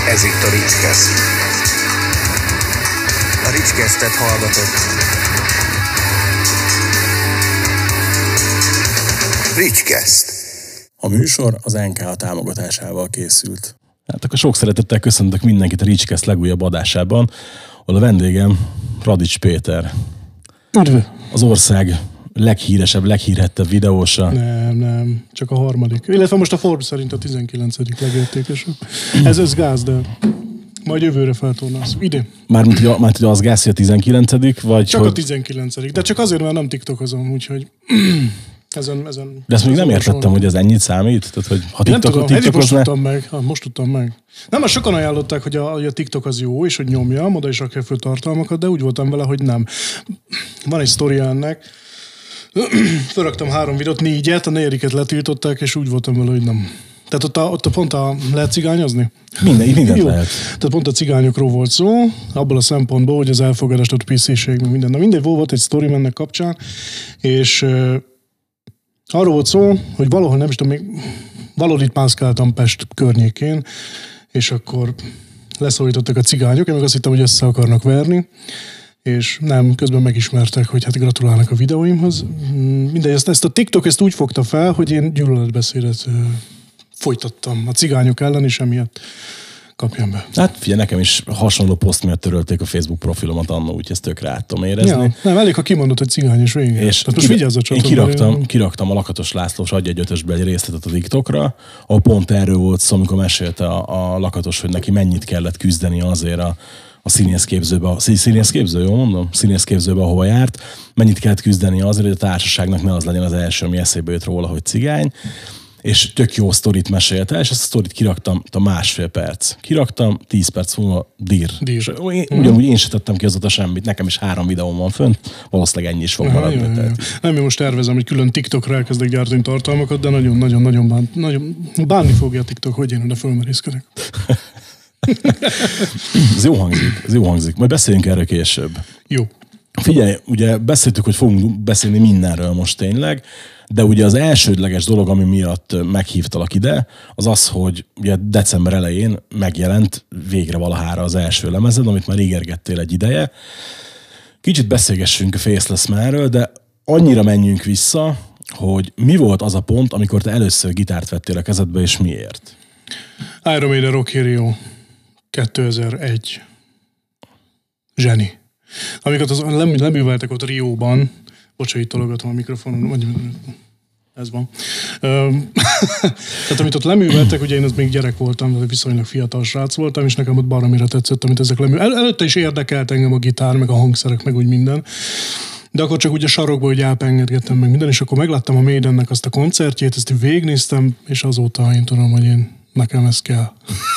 Ez itt a Ricskeszt. A Ricskesztet hallgatott. Ricskeszt. A műsor az NKA támogatásával készült. Hát akkor sok szeretettel köszöntök mindenkit a Ricskeszt legújabb adásában, ahol a vendégem Radics Péter. Üdv! Az ország leghíresebb, leghírhettebb videósa. Nem, csak a harmadik. Illetve most a Forbes szerint a 19. legértékesebb. Ez gáz, de majd jövőre feltornálsz. Idén. Mármint, hogy az gáz, hogy a 19. vagy csak hogy... a 19. De csak azért, mert nem TikTokozom, úgyhogy... Ezen de ezt még nem értettem, hogy ez ennyit számít? Tehát, hogy ha most tudtam meg. Nem, mert sokan ajánlották, hogy a TikTok az jó, és hogy nyomjam, oda is rakja föl tartalmakat, de úgy voltam vele, hogy nem. Van egy sztoria ennek. Fölraktam 3 videót, 4-et, a 4-et letiltották, és úgy voltam vele, hogy nem. Tehát ott pont lehet cigányozni? Mindent lehet. Tehát pont a cigányokról volt szó, abból a szempontból, hogy az elfogadást, ott pisziség, minden. Na mindegy, volt egy sztori ennek kapcsán, és arról volt szó, hogy valahol nem is tudom, még valahol itt mászkáltam Pest környékén, és akkor leszólítottak a cigányok, én meg azt hittem, hogy össze akarnak verni, és nem, közben megismertek, hogy hát gratulálnak a videóimhoz. Mindegy, ezt a TikTok ezt úgy fogta fel, hogy én gyűlöletbeszédet folytattam a cigányok ellen, és emiatt kapjam be. Hát figyelj, nekem is hasonló poszt miatt törölték a Facebook profilomat annó, úgyhogy ezt tökre át tudom érezni. Ja, nem, elég, ha kimondod, hogy cigány és vége. És most vigyázz a csatornára. Én kiraktam a Lakatos Lászlós Adj egy ötösbe egy részletet a TikTokra, ahol pont erről volt szó, amikor mesélte a Lakatos, hogy neki mennyit kellett küzdeni azért a színészképzőbe, színészképző, jól mondom? Színészképzőbe, ahova járt, mennyit kellett küzdeni azért, hogy a társaságnak ne az legyen az első, ami eszébe jött róla, hogy cigány. És tök jó sztorit mesélte, és ezt a sztorit kiraktam, a 1,5 perc. Kiraktam, 10 perc múlva dir. Ugyanúgy én se tettem ki azóta semmit, nekem is 3 videóm van fönt, valószínűleg ennyi is fog maradni. Nem, én most tervezem, hogy külön TikTokra elkezdek gyártani tartalmakat, de nagyon bánni fogja a TikTok, hogy én oda fölmerészkedek. Ez jó hangzik. Majd beszéljünk erről később. Jó. Figyelj, ugye beszéltük, hogy fogunk beszélni mindenről most tényleg, de ugye az elsődleges dolog, ami miatt meghívtalak ide, az az, hogy ugye december elején megjelent végre valahára az első lemezed, amit már ígérgettél egy ideje. Kicsit beszélgessünk a Faceless Man-ről, de annyira menjünk vissza, hogy mi volt az a pont, amikor te először gitárt vettél a kezedbe, és miért? Iron Maiden Rock in Rio 2001. Zseni. Amikor leműveltek ott Rióban, bocsánat, itt tologatom a mikrofonon, vagy ez van. Tehát amit ott leműveltek, ugye én az még gyerek voltam, viszonylag fiatal srác voltam, és nekem ott baromira tetszett, amit ezek előtte is érdekelt engem a gitár, meg a hangszerek, meg úgy minden. De akkor csak úgy a sarokba, hogy elpengedgettem meg minden, és akkor megláttam a Maidennek azt a koncertjét, ezt végignéztem, és azóta én tudom, hogy nekem ez kell.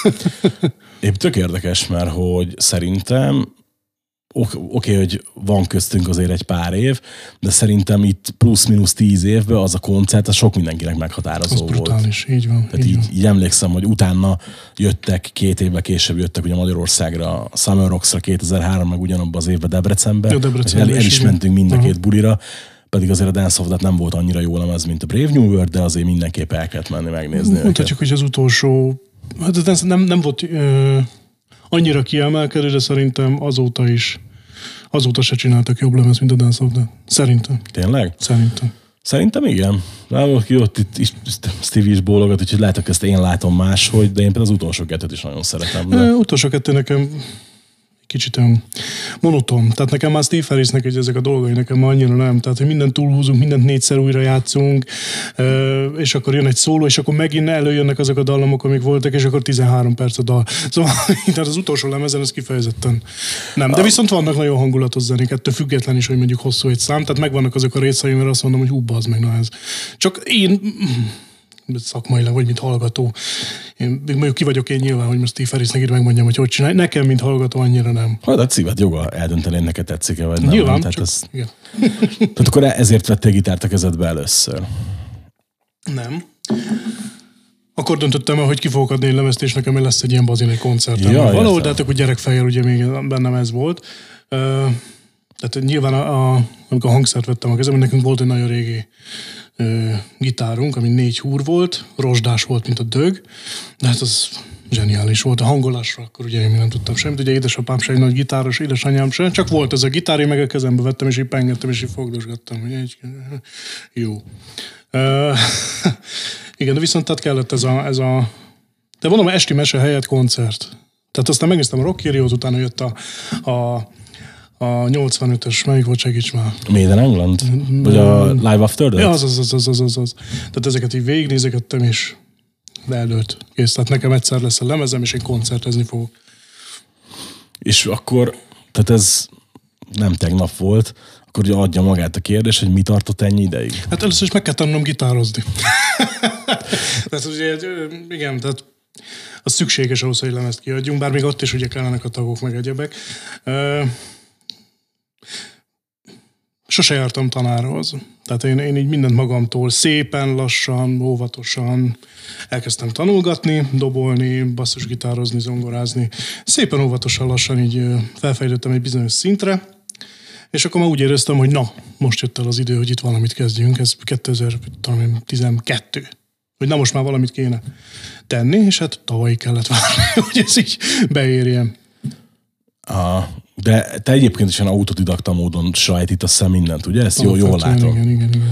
Épp tök érdekes, mert hogy szerintem Oké, hogy van köztünk azért egy pár év, de szerintem itt plusz-minusz 10 évben az a koncert, az sok mindenkinek meghatározó volt. Az brutális, így van. Tehát így emlékszem, hogy utána jöttek, 2 évvel később jöttek ugye Magyarországra, Summer Rocks-ra 2003, meg ugyanabban az évben Debrecenbe. El is mentünk mind a 2 bulira, pedig azért a Dance of Death nem volt annyira jó lemez, mint a Brave New World, de azért mindenképp el kellett menni megnézni. Mondhatjuk, hogy az utolsó, hát nem volt annyira kiemelkedő, de szerintem azóta se csináltak jobb lemez, mint a Dance of Death. Szerintem. Tényleg? Szerintem igen. Ott itt Stevie is bólogat, úgyhogy lehet, hogy ezt én látom máshogy, de én például az utolsó 2-t is nagyon szeretem. De... Utolsó 2 nekem kicsit monoton. Tehát nekem már Steve Harrisnek ezek a dolgai nekem már annyira nem. Tehát, hogy mindent túlhúzunk, mindent 4-szer újra játszunk, és akkor jön egy szóló, és akkor megint előjönnek azok a dallamok, amik voltak, és akkor 13 perc a dal. Szóval tehát az utolsó lemezen ez kifejezetten nem. De viszont vannak nagyon hangulatos zenék, ettől független is, hogy mondjuk hosszú egy szám. Tehát megvannak azok a részeim, mert azt mondom, hogy hú, bazd meg, na ez. Csak én szakmailag, vagy mint hallgató. Én mondjuk ki vagyok én nyilván, hogy most Steve Harrisnek megmondjam, hogy csinálj. Nekem, mint hallgató, annyira nem. Hát szíved joga eldönteni, neked tetszik-e, vagy nem. Nyilván, nem? csak, igen. Tehát akkor ezért vettél gitárt a kezedbe először? Nem. Akkor döntöttem el, hogy ki fogok adni egy lemezt, és nekem lesz egy ilyen bazinai koncertem. Ja, valahol, de hát akkor gyerekfejjel ugye még bennem ez volt. Tehát nyilván amikor a hangszert vettem a kezembe, nekünk volt egy nagyon régi gitárunk, ami 4 húr volt, rozsdás volt, mint a dög, de hát az zseniális volt. A hangolásra akkor ugye én nem tudtam semmit, ugye édesapám se egy nagy gitáros, édesanyám se, csak volt ez a gitár, én meg a kezembe vettem, és így pengettem, és így fogdosgattam, hogy egy... Jó. Igen, de viszont tehát kellett ez a... De mondom, esti mese helyett koncert. Tehát aztán megnéztem a Rock Hero-t, utána jött a 85-ös, melyik volt, segíts már. Made in England? Vagy a Live After Death? Ja, az. Tehát ezeket így végignézegettem, és leelőtt. Kész, tehát nekem egyszer lesz a lemezem, és én koncertezni fogok. És akkor, tehát ez nem tegnap volt, akkor ugye adja magát a kérdés, hogy mi tartott ennyi ideig? Hát először is meg kell tanulnom gitározni. Tehát ugye, igen, tehát az szükséges ahhoz, hogy lemezt kiadjunk, bár még ott is ugye kellenek a tagok, meg egyebek. Sose jártam tanárhoz. Tehát én így mindent magamtól szépen, lassan, óvatosan elkezdtem tanulgatni, dobolni, basszusgitározni, zongorázni. Szépen, óvatosan, lassan így felfejlődtem egy bizonyos szintre, és akkor már úgy éreztem, hogy na, most jött el az idő, hogy itt valamit kezdjünk. Ez 2012. Hogy na, most már valamit kéne tenni, és hát tavaly kellett várni, hogy ez így beérjen. De te egyébként is ilyen autodidakta módon sajátítasz mindent, ugye? Ezt jól látom. Igen.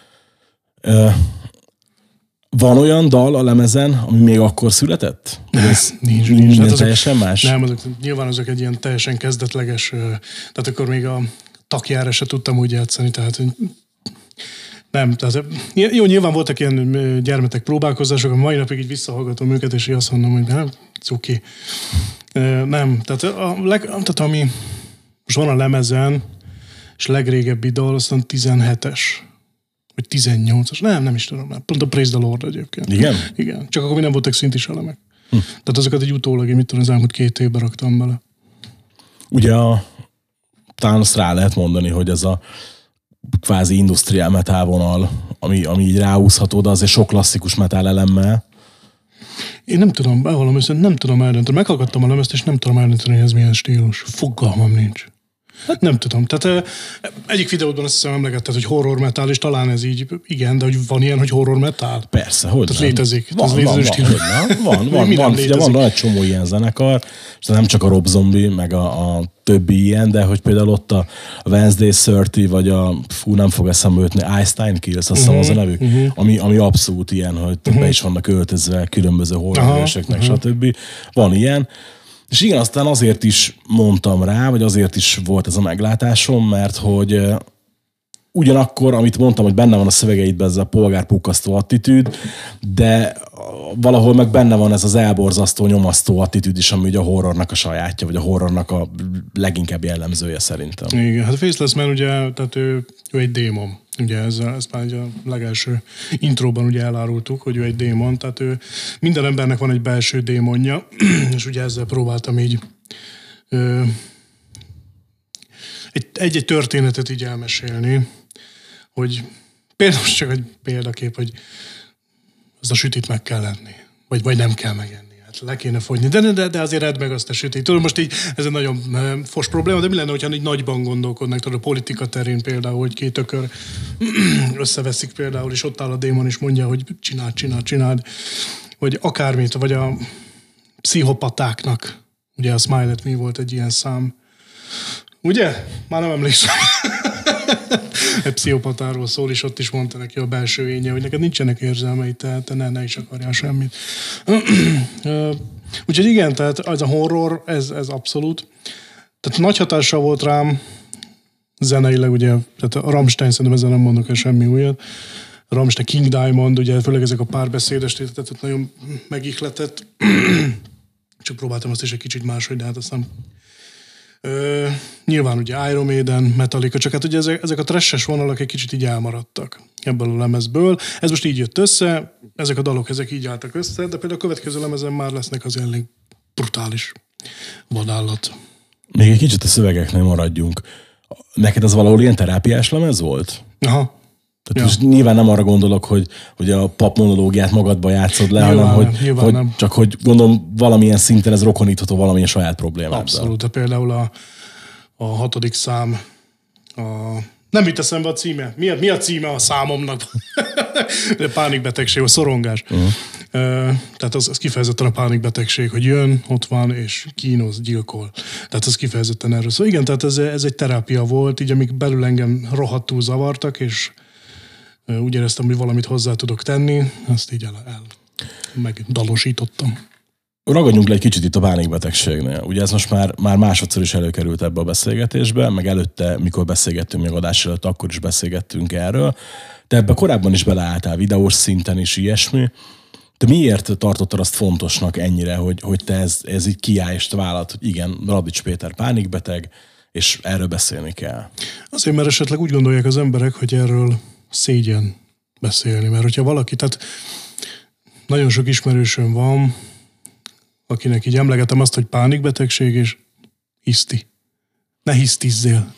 Van olyan dal a lemezen, ami még akkor született? Nincs. Minden hát teljesen más? Nem, nyilván azok egy ilyen teljesen kezdetleges, tehát akkor még a takjára se tudtam úgy játszani, tehát nem, tehát jó, nyilván voltak ilyen gyermetek próbálkozások, a mai napig így visszahallgatom őket, és így azt mondom, hogy nem, cuki. Nem, tehát ami most van a lemezen, és legrégebbi dal, aztán 17-es, vagy 18-as, nem is tudom, pont a Praise the Lord egyébként. Igen? Igen, csak akkor még nem voltak szintis elemek. Tehát azokat egy utólag, mit tudom, az elmúlt 2 évben raktam bele. Ugye talán azt rá lehet mondani, hogy ez a kvázi industrial metal vonal, ami így ráhúzható, de azért sok klasszikus metal elemmel. Én nem tudom, bevallom őszintén, nem tudom eldönteni. Meghallgattam a lemezt, és nem tudom eldönteni, hogy ez milyen stílus. Fogalmam nincs. Hát nem tudom. Tehát egyik videódban azt hiszem emlegetted, hogy horror metal, és talán ez így, igen, de hogy van ilyen, hogy horror metal? Persze, hogy tehát létezik. Van egy csomó ilyen zenekar, és nem csak a Rob Zombie, meg a többi ilyen, de hogy például ott a Wednesday 30, vagy nem fog eszembe jutni, Einstein Kills, azt hiszem az a nevük, ami abszolút ilyen, hogy be is vannak öltözve különböző horrorhősöknek, stb. Van ilyen. És igen, aztán azért is mondtam rá, vagy azért is volt ez a meglátásom, mert hogy ugyanakkor, amit mondtam, hogy benne van a szövegeidben ez a polgárpukkasztó attitűd, de valahol meg benne van ez az elborzasztó, nyomasztó attitűd is, ami ugye a horrornak a sajátja, vagy a horrornak a leginkább jellemzője szerintem. Igen, hát Faceless Man ugye, tehát ő egy démon. Ugye ez már a legelső intróban ugye elárultuk, hogy ő egy démon, tehát minden embernek van egy belső démonja, és ugye ezzel próbáltam így egy történetet így elmesélni, hogy például csak egy példakép, hogy az a sütit meg kell lenni, vagy nem kell megenni. Le kéne fogyni, de azért edd meg azt a sütit. Tudod, most így ez egy nagyon fos probléma, de mi lenne, hogyha így nagyban gondolkodnak, tudod, a politika terén például, hogy 2 ökör összeveszik például, és ott áll a démon, és mondja, hogy csináld, vagy akármit, vagy a pszichopatáknak, ugye a Smile at Me volt egy ilyen szám. Ugye? Már nem emlékszem. Egy pszichopatáról szól, és ott is mondta neki a belső énje, hogy neked nincsenek érzelmei, tehát ne is akarjál semmit. Úgyhogy igen, tehát ez a horror, ez abszolút. Tehát nagy hatással volt rám zeneileg, ugye, tehát a Rammstein, szerintem ezzel nem mondok el semmi újat. A Rammstein, King Diamond, ugye főleg ezek a párbeszédes tétetet nagyon megihletett. Csak próbáltam azt is egy kicsit máshogy, de hát aztán nyilván ugye Iron Maiden, Metallica, csak hát ugye ezek a trash-es vonalak egy kicsit így elmaradtak ebből a lemezből. Ez most így jött össze, ezek a dalok, ezek így álltak össze, de például a következő lemezen már lesznek az elég brutális vadállat. Még egy kicsit a szövegeknél maradjunk. Neked az valahol ilyen terápiás lemez volt? Aha. Tehát most nyilván nem arra gondolok, hogy a pap monológiát magadba játszod le, hanem hogy csak hogy gondolom valamilyen szinten ez rokonítható valamilyen saját problémáddal. Abszolút, de például a 6. szám Nem jut eszembe a címe. Mi a címe a számomnak? De pánikbetegség, a szorongás. Tehát az kifejezetten a pánikbetegség, hogy jön, ott van, és kínoz, gyilkol. Tehát az kifejezetten erről. Szóval igen, tehát ez egy terápia volt, így amik belül engem rohadtul zavartak, és úgy éreztem, hogy valamit hozzá tudok tenni, azt így megdalosítottam. Ragadjunk le egy kicsit itt a pánikbetegségnél. Ugye ez most már másodszor is előkerült ebbe a beszélgetésbe, meg előtte, mikor beszélgettünk még adás előtt, akkor is beszélgettünk erről. Te ebbe korábban is beleálltál videós szinten is ilyesmi. Te miért tartottad azt fontosnak ennyire, hogy te ez így kiáll és te vállalod, hogy igen, Radics Péter pánikbeteg, és erről beszélni kell? Azért, mert esetleg úgy gondolják az emberek, hogy erről szégyen beszélni. Mert hogyha valaki, tehát nagyon sok ismerősöm van, akinek így emlegetem azt, hogy pánikbetegség, és hiszti. Ne hisztizzél.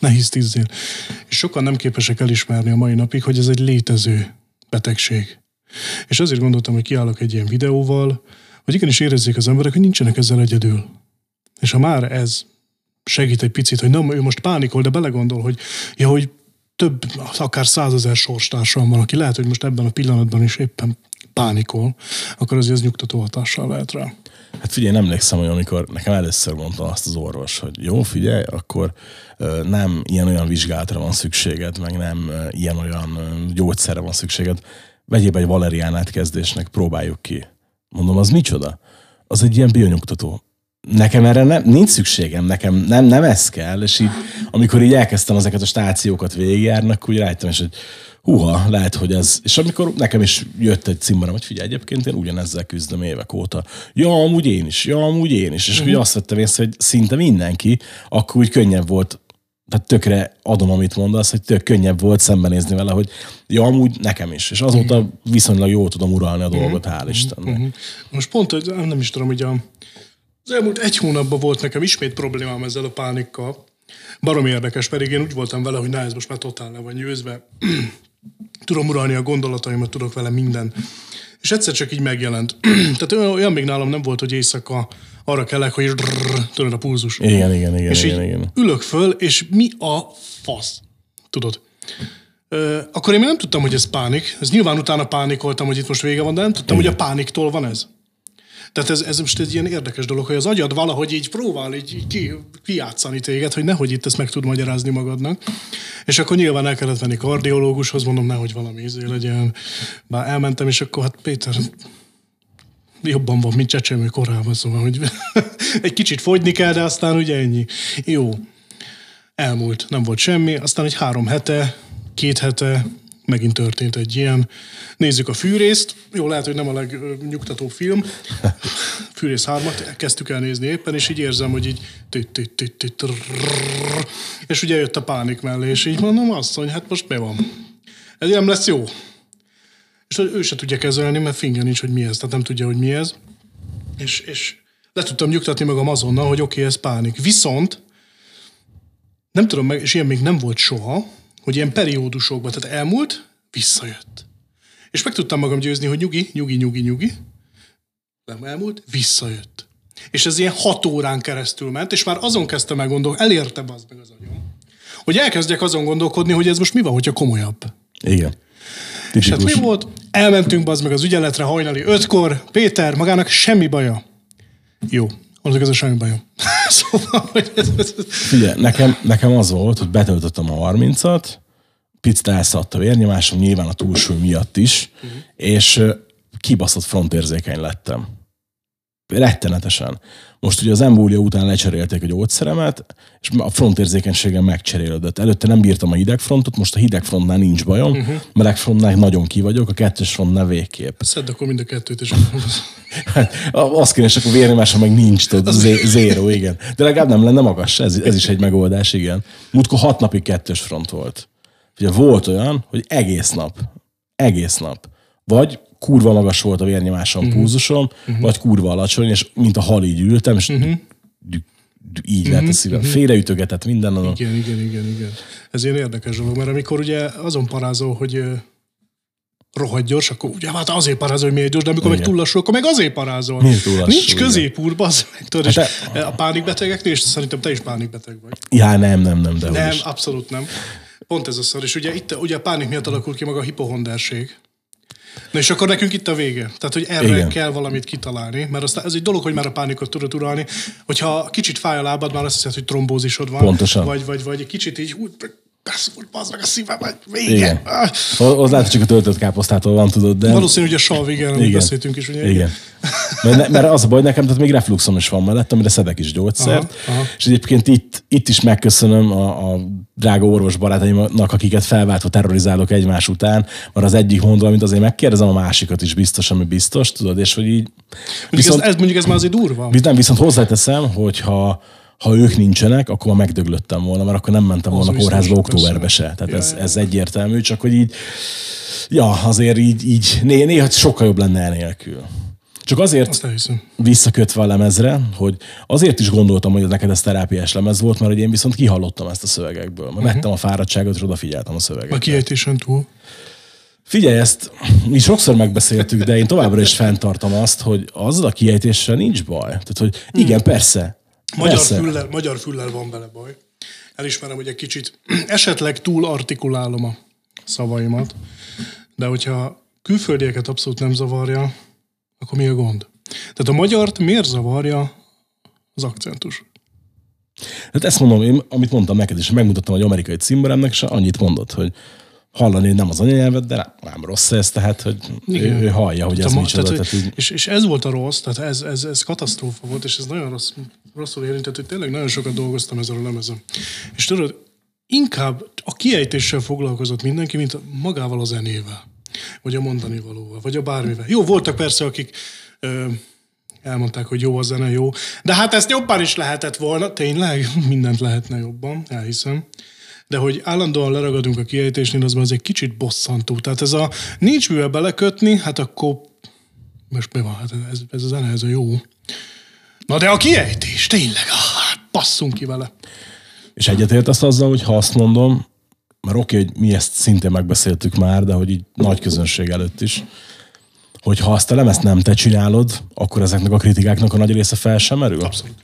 És sokan nem képesek elismerni a mai napig, hogy ez egy létező betegség. És azért gondoltam, hogy kiállok egy ilyen videóval, hogy igenis érezzék az emberek, hogy nincsenek ezzel egyedül. És ha már ez segít egy picit, hogy nem, ő most pánikol, de belegondol, hogy több, akár 100 000 sorstársam van, aki lehet, hogy most ebben a pillanatban is éppen pánikol, akkor azért ez nyugtató hatással lehet rá. Hát figyelj, nem emlékszem, hogy amikor nekem először mondta azt az orvos, hogy jó, figyelj, akkor nem ilyen-olyan vizsgálatra van szükséged, meg nem ilyen-olyan gyógyszerre van szükséged, vegyél be egy valeriánát kezdésnek, próbáljuk ki. Mondom, az micsoda? Az egy ilyen bionyugtató. Nekem erre nincs szükségem, nekem nem ez kell, és így, amikor így elkezdtem ezeket a stációkat végigjárnak, úgy rájöttem is, hogy húha, lehet, hogy ez... És amikor nekem is jött egy cimborom, hogy figyelj, egyébként én ugyanezzel küzdöm évek óta. Ja, amúgy én is. És úgy azt vettem észre, hogy szinte mindenki, akkor úgy könnyebb volt, tehát tökre adom, amit mondasz, hogy tök könnyebb volt szembenézni vele, hogy ja, amúgy nekem is. És azóta viszonylag jól tudom uralni a dolgot, hál' Istennek. Most pont, hogy nem is tudom, hogy az elmúlt 1 hónapban volt nekem ismét problémám ezzel a pánikkal. Baromi érdekes, pedig én úgy voltam vele, hogy ez most már totál le van győzve. Tudom uralni a gondolataimat, tudok vele minden. És egyszer csak így megjelent. Tehát olyan még nálam nem volt, hogy éjszaka arra kellek, hogy tudod a pulzus. Igen. És így ülök föl, és mi a fasz? Tudod? Akkor én még nem tudtam, hogy ez pánik. Ez nyilván utána pánikoltam, hogy itt most vége van, de nem tudtam, hogy a pániktól van ez. Tehát ez most egy ilyen érdekes dolog, hogy az agyad valahogy így próbál így kijátszani téged, hogy nehogy itt ezt meg tud magyarázni magadnak. És akkor nyilván el kellett menni kardiológushoz, mondom, nehogy valami legyen. Bár elmentem, és akkor hát Péter jobban van, mint csecsemő korában, szóval, hogy egy kicsit fogyni kell, de aztán ugye ennyi. Jó. Elmúlt, nem volt semmi, aztán egy 3 hete, 2 hete megint történt egy ilyen. Nézzük a Fűrészt. Jó, lehet, hogy nem a legnyugtatóbb film. Fűrész 3-at kezdtük el nézni éppen, és így érzem, hogy így és ugye jött a pánik mellé, és így mondom azt, hogy hát most mi van? Ez nem lesz jó. És ő se tudja kezelni, mert fingja nincs, hogy mi ez, tehát nem tudja, hogy mi ez. És le tudtam nyugtatni magam azonnal, hogy oké, ez pánik. Viszont nem tudom meg, és ilyen még nem volt soha, hogy ilyen periódusokban, tehát elmúlt, visszajött. És meg tudtam magam győzni, hogy nyugi. Nem elmúlt, visszajött. És ez ilyen 6 órán keresztül ment, és már azon kezdtem el gondolni, elérte az meg az agyam, hogy elkezdjek azon gondolkodni, hogy ez most mi van, hogyha komolyabb. Igen. És hát mi volt? Elmentünk az meg az ügyeletre hajnali 5-kor, Péter, magának semmi baja. Jó. Annak ez a semmi bajom. Szóval, hogy Figyelj, nekem az volt, hogy betöltöttem a 30-at, picit elszaladt a vérnyomásom, nyilván a túlsúly miatt is, és kibaszott frontérzékeny lettem. Rettenetesen. Most ugye az embólia után lecserélték a gyógyszeremet, és a frontérzékenységem megcserélődött. Előtte nem bírtam a hidegfrontot, most a hidegfrontnál nincs bajom, melegfrontnál nagyon ki vagyok, a 2-es frontnál végképp. Szedd akkor mind a 2-t is. Hát, azt kéne, és akkor vérnyomásom meg nincs, zéro, igen. De legalább nem lenne magas, ez is egy megoldás, igen. Múltkor 6 napig 2-es front volt. Ugye volt olyan, hogy egész nap. Vagy kurva magas volt a vérnyomásom, pulzusom, vagy kurva alacsony, és mint a hal így ültem, és így lett a szívem. Félreütögetett minden. Igen. Ez ilyen érdekes dolog, mert amikor ugye azon parázol, hogy rohadt gyors, akkor ugye hát azért parázol, hogy miért gyors, de amikor meg túl lassú, akkor meg azért parázol. Nincs középúr, bazd meg, tudod, és a pánikbetegeknél, és szerintem te is pánikbeteg vagy. Ja, nem, de nem, abszolút nem. Pont ez a szar, és ugye a pánik miatt alakul ki maga a hipohonderség. Na és akkor nekünk itt a vége. Tehát, hogy erre kell valamit kitalálni, mert aztán ez egy dolog, hogy már a pánikot tudod uralni, hogyha kicsit fáj a lábad, már azt hiszed, hogy trombózisod van. Pontosan. Vagy egy kicsit így, bazd meg a szívem, vagy vége. Igen. Az lehet, csak a töltött káposztától van, tudod, de... Valószínű, hogy a sav, igen, amit beszéltünk is. Ugye? Igen. Mert az a baj nekem, tehát még refluxom is van mellett, amire szedek is gyógyszert, és egyébként itt is megköszönöm a drága orvos barátaimnak, akiket felváltva terrorizálok egymás után, mert az egyik mond valamit, azért megkérdezem a másikat is biztos, ami biztos, tudod, és hogy így... Mondjuk ez már azért durva. Viszont hozzáteszem, hogyha ők nincsenek, akkor már megdöglöttem volna, mert akkor nem mentem volna kórházba októberbe se. Tehát ez egyértelmű, csak hogy így, azért így néha sokkal jobb lenne enélkül. Csak azért visszakötve a lemezre, hogy azért is gondoltam, hogy neked ez terápiás lemez volt, mert én viszont kihallottam ezt a szövegekből. Vettem a fáradtságot, és odafigyeltem a szövegekbe. A kiejtésen túl. Figyelj, ezt mi sokszor megbeszéltük, de én továbbra is fenntartom azt, hogy azzal a kiejtéssel nincs baj. Tehát, hogy igen, persze. Magyar füllel van vele baj. Elismerem, hogy egy kicsit esetleg túl artikulálom a szavaimat, de hogyha külföldieket abszolút nem zavarja, akkor mi a gond? Tehát a magyart miért zavarja az akcentus? Hát ezt mondom, én, amit mondtam neked is, megmutattam egy amerikai cimboremnek, és annyit mondott, hogy hallani nem az anyanyelvet, de nem rossz ez, tehát hogy ő hallja, hogy ez micsoda. És ez volt a rossz, tehát ez katasztrófa volt, és ez nagyon rosszul érintett, hogy tényleg nagyon sokat dolgoztam ezen a lemezen. És tudod, inkább a kiejtéssel foglalkozott mindenki, mint magával a zenével, vagy a mondani valóval, vagy a bármivel. Jó, voltak persze, akik elmondták, hogy jó a zene, jó, de hát ezt jobban is lehetett volna, tényleg mindent lehetne jobban, elhiszem. De hogy állandóan leragadunk a kiejtésnél, az már egy kicsit bosszantó. Tehát ez a nincs mivel belekötni, hát akkor most mi van? Hát ez a zene, ez a jó. Na de a kiejtés, tényleg, passzunk ki vele. És egyetértesz azzal, hogy ha azt mondom, mert oké, hogy mi ezt szintén megbeszéltük már, de hogy így nagy közönség előtt is, hogy ha azt a lemezt nem te csinálod, akkor ezeknek a kritikáknak a nagy része fel sem merül? Abszolút.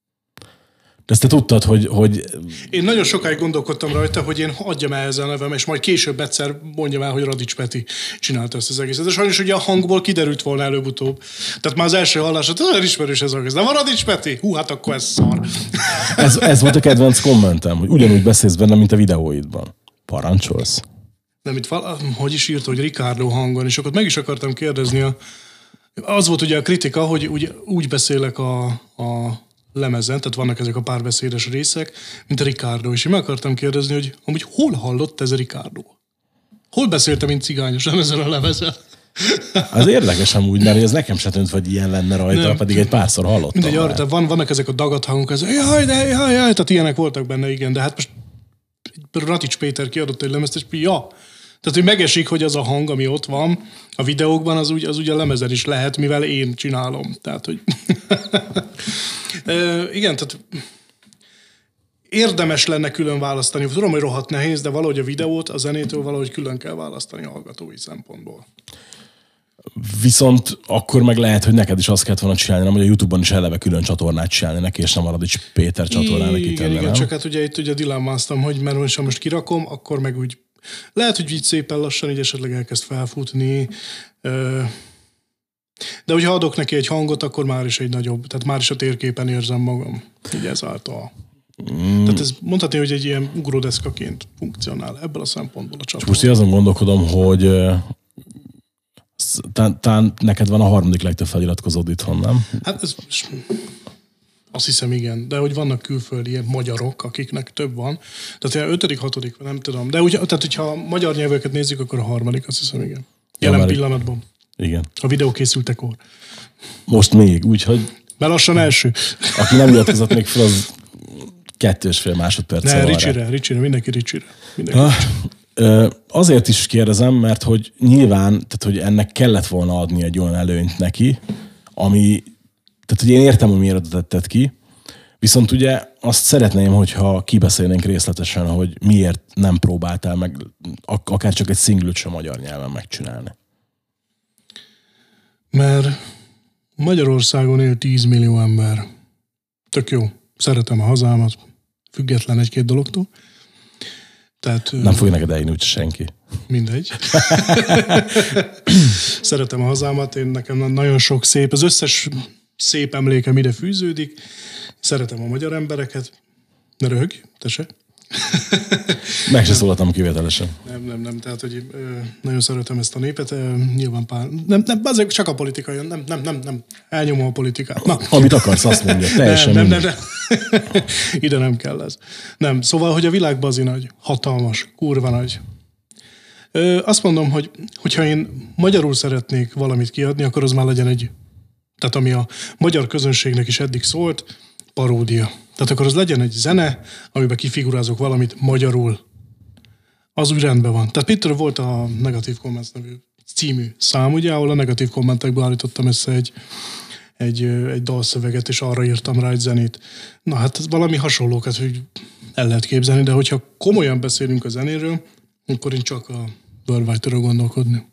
De ezt te tudtad, hogy... Én nagyon sokáig gondolkodtam rajta, hogy én adjam el ezzel a nevem, és majd később egyszer mondjam el, hogy Radics Peti csinálta ezt az egészet. De sajnos ugye a hangból kiderült volna előbb-utóbb. Tehát már az első hallásra, olyan ismerős ez az. De van Radics Peti? Hú, hát akkor ez szar. Ez volt a kedvenc kommentem, hogy ugyanúgy beszélsz benne, mint a videóidban. Parancsolsz? Nem, itt hogy is írta, hogy Ricardo hangon, és akkor meg is akartam kérdezni. Az volt ugye a kritika, hogy úgy beszélek a lemezen, tehát vannak ezek a párbeszédes részek, mint a Ricardo, és én meg akartam kérdezni, hogy amúgy hol hallott ez a Ricardo? Hol beszéltem én cigányosan ezen a lemezen? Az érdekes amúgy, mert ez nekem se tűnt, hogy ilyen lenne rajta, nem. Pedig egy párszor hallottam. Mindegy, arra, tehát vannak ezek a dagat hangok, ez jaj, tehát ilyenek voltak benne, igen, de hát most Ratics Péter kiadott egy lemezt, és tehát, hogy megesik, hogy az a hang, ami ott van a videókban, az ugye a lemezen is lehet, mivel én csinálom. Tehát, hogy... igen, tehát érdemes lenne külön választani. Tudom, hogy rohadt nehéz, de valahogy a videót a zenétől valahogy külön kell választani a hallgatói szempontból. Viszont akkor meg lehet, hogy neked is azt kellett volna csinálni, nem, hogy a YouTube-on is eleve külön csatornát csinálni neki, és nem Radics Péter csatornának itt tenni, igen, csak hát ugye itt dilemmáztam, hogy mert most kirakom, akkor meg úgy lehet, hogy így szépen lassan így esetleg elkezd felfutni, de hogyha adok neki egy hangot, akkor már is egy nagyobb, tehát már is a térképen érzem magam, így ezáltal. Tehát ez mondhatni, hogy egy ilyen ugródeszkaként funkcionál ebből a szempontból a csatorna. Most én azon gondolkodom, hogy talán neked van a harmadik legtöbb feliratkozód itthon, nem? Hát ez... Azt hiszem, igen. De hogy vannak külföldi ilyen magyarok, akiknek több van. Tehát ilyen 5., 6., nem tudom. De tehát, hogyha a magyar nyelveket nézzük, akkor a harmadik, azt hiszem, igen. Jelen pillanatban. Igen. A videó készültekor. Most még, úgyhogy... Mert lassan első. Aki nem iratkozott még fel, az 2,5 másodperc. Ne, Ricsire, mindenki Ricsire. Azért is kérdezem, mert hogy nyilván, tehát hogy ennek kellett volna adni egy olyan előnyt neki, ami... Tehát, hogy én értem, hogy miért tetted ki, viszont ugye azt szeretném, hogyha kibeszélnénk részletesen, hogy miért nem próbáltál meg akár csak egy szinglőt sem magyar nyelven megcsinálni. Mert Magyarországon él 10 millió ember. Tök jó. Szeretem a hazámat. Független egy-két dologtól. Tehát, Nem fogja neked eljönni úgyse senki. Mindegy. Szeretem a hazámat, nekem nagyon sok szép, az összes szép emlékem ide fűződik. Szeretem a magyar embereket. Ne röhögj, te se. Meg se szólaltam kivételesen. Nem, tehát, hogy nagyon szeretem ezt a népet, nyilván nem, azért csak a politika jön, nem, elnyomom a politikát. Na. Amit akarsz, azt mondja, teljesen nem. Ide nem kell ez. Nem, szóval, hogy a világ bazi nagy, hatalmas, kurva nagy. Azt mondom, hogy hogyha én magyarul szeretnék valamit kiadni, akkor az már legyen egy, tehát ami a magyar közönségnek is eddig szólt, paródia. Tehát akkor az legyen egy zene, amiben kifigurázok valamit magyarul. Az úgy rendben van. Tehát például volt a Negatív Comments nevű című szám, ugye, ahol a negatív kommentekből állítottam össze egy dalszöveget, és arra írtam rá egy zenét. Na hát ez valami hasonlókat, hogy el lehet képzelni, de hogyha komolyan beszélünk a zenéről, akkor én csak a Worldwide tudok gondolkodni.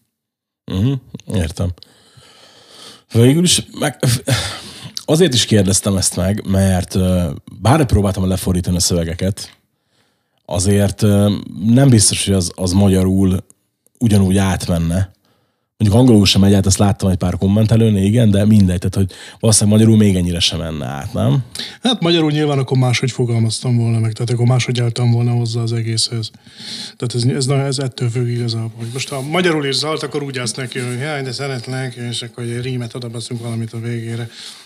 Értem. Végül is azért is kérdeztem ezt meg, mert bár próbáltam lefordítani a szövegeket, azért nem biztos, hogy az magyarul ugyanúgy átmenne. Mondjuk angolul sem megy át, ezt láttam egy pár kommentelőn, igen, de mindegy, tehát hogy valószínűleg magyarul még ennyire sem menne át, nem? Hát magyarul nyilván akkor máshogy fogalmaztam volna meg, tehát akkor máshogy álltam volna hozzá az egészhez. Tehát ez ettől függ igazából. Hogy most ha magyarul írsz zalt, akkor úgy állsz neki, hogy jaj, de szeretlek, és akkor egy rímet odabaszunk valamit a végére.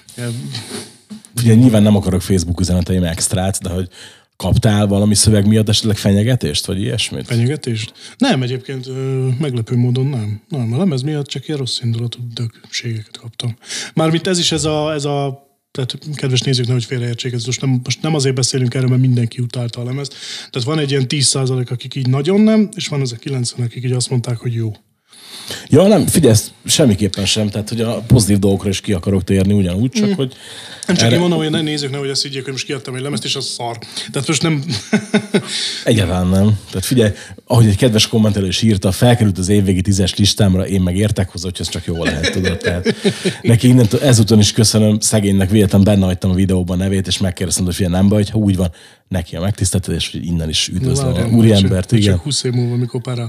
Ugye nyilván nem akarok Facebook üzeneteim extrát, de hogy kaptál valami szöveg miatt esetleg fenyegetést, vagy ilyesmit? Fenyegetést? Nem, egyébként meglepő módon nem. Nem, a lemez miatt csak ilyen rossz indulatú dögségeket kaptam. Mármint ez is ez a tehát kedves nézők, nehogy félreértsék, most nem azért beszélünk erről, mert mindenki utálta a lemezt. Tehát van egy ilyen 10%, akik így nagyon nem, és van az a 90, akik így azt mondták, hogy jó. Ja, nem, figyelj, semmiképpen sem, tehát hogy a pozitív dolgokra is ki akarok térni ugyanúgy, csak hogy... Nem csak én mondom, hogy ne nézzük, nehogy azt higgyék, hogy most kiadtam egy lemezt, és az szar. Tehát most nem... Egyáltalán nem. Tehát figyelj, ahogy egy kedves kommentelő is írta, felkerült az évvégi 10-es listámra, én meg értek hozzá, hogy ez csak jó lehet, tudod. Tehát neki innentől ezúton is köszönöm, szegénynek véletlenül benne hagytam a videóban a nevét, és megkérdeztem, hogy figyelj, nem baj, ha úgy van, neki a megtiszteltetés, hogy innen is üdvözlöm a úriembert. Igen. Csak 20 év múlva, mikor párál.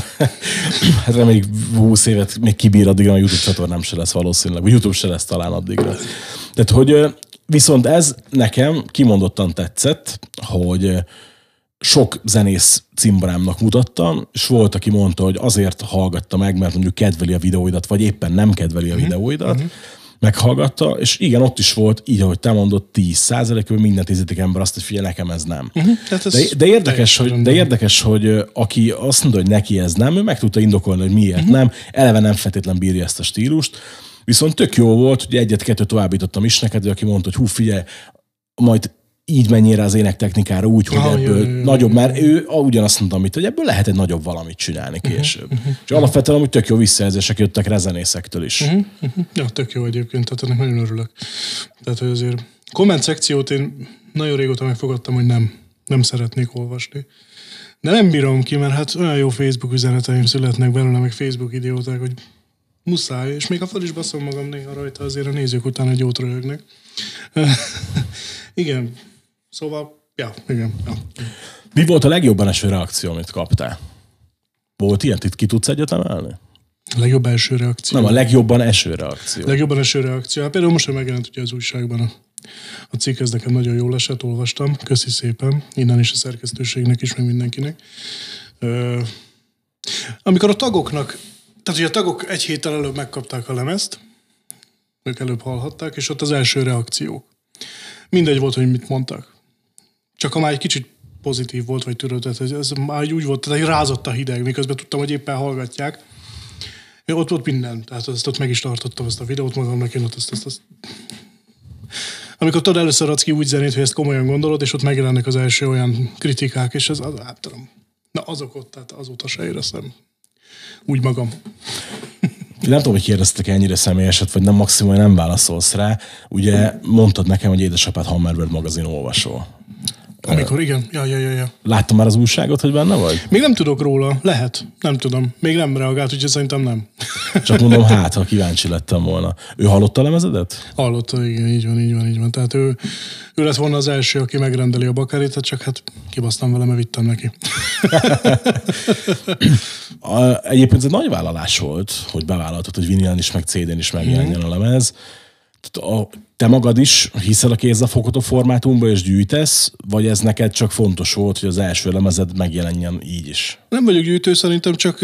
Hát reméljük 20 évet még kibír addigra, a YouTube csatornám se lesz valószínűleg, vagy YouTube se lesz talán addigra. Tehát, hogy viszont ez nekem kimondottan tetszett, hogy sok zenész cimborámnak mutattam, és volt, aki mondta, hogy azért hallgatta meg, mert mondjuk kedveli a videóidat, vagy éppen nem kedveli a videóidat, meghallgatta, és igen, ott is volt, így ahogy te mondod, 10%-ból minden 10. ember azt, hogy figyelj, nekem ez nem. De érdekes, hogy aki azt mondja, hogy neki ez nem, ő meg tudta indokolni, hogy miért nem, eleve nem feltétlen bírja ezt a stílust, viszont tök jó volt, hogy egyet-kettőt továbbítottam is neked, aki mondta, hogy hú, figyelj, majd így mennyire az énektechnikára úgy, hogy ebből nagyobb, mert ő ugyanazt mondta, hogy ebből lehet egy nagyobb valamit csinálni később. És alapvetően amúgy tök jó visszajelzések jöttek rezenészektől is. Ja, tök jó egyébként, tehát ennek nagyon örülök. Tehát, hogy azért komment szekciót én nagyon régóta megfogadtam, hogy nem szeretnék olvasni. De nem bírom ki, mert hát olyan jó Facebook üzeneteim születnek belőle, meg Facebook idióták, hogy muszáj, és még ha fel is baszom magam néha rajta, azért a nézők után egy jót röhögnek. Igen. Szóval, igen. Mi volt a legjobban eső reakció, amit kaptál? Volt ilyen? Ki tudsz egyet emelni? A legjobb első reakció. Nem, a legjobban eső reakció. Legjobban eső reakció. Hát például most megjelent ugye az újságban a cikk, ez nekem nagyon jól esett, olvastam. Köszi szépen. Innen is a szerkesztőségnek is, meg mindenkinek. Amikor a tagoknak, tehát ugye a tagok egy héttel előbb megkapták a lemezt, ők előbb hallhatták, és ott az első reakciók. Mindegy volt, hogy mit mondtak. Csak ha már egy kicsit pozitív volt, vagy tudod, ez már úgy volt, tehát rázott a hideg, miközben tudtam, hogy éppen hallgatják. Ott volt minden, tehát ott meg is tartottam ezt a videót magamnak, én ott azt. Amikor tudod, először adsz ki úgy zenét, hogy ezt komolyan gondolod, és ott megjelennek az első olyan kritikák, és ez, hát tudom, na azok ott, tehát azóta se éreztem úgy magam. Nem tudom, hogy kérdeztek ennyire személyeset, vagy nem, maximum nem válaszolsz rá. Ugye mondtad nekem, hogy édesapád Hammerbird magazin olvasó. Amikor, igen. Ja. Láttam már az újságot, hogy benne vagy? Még nem tudok róla. Lehet. Nem tudom. Még nem reagált, úgyhogy szerintem nem. Csak mondom, ha kíváncsi lettem volna. Ő hallotta a lemezedet? Hallotta, igen, így van. Tehát ő lett volna az első, aki megrendeli a Bakaritet, csak hát kibasztam vele, mert vittem neki. Egyébként ez egy nagy vállalás volt, hogy bevállaltad, hogy vinilen is, meg CD-n is megjelenjen a lemez. Te magad is hiszel a kézzelfogható formátumba és gyűjtesz, vagy ez neked csak fontos volt, hogy az első lemezed megjelenjen így is? Nem vagyok gyűjtő, szerintem csak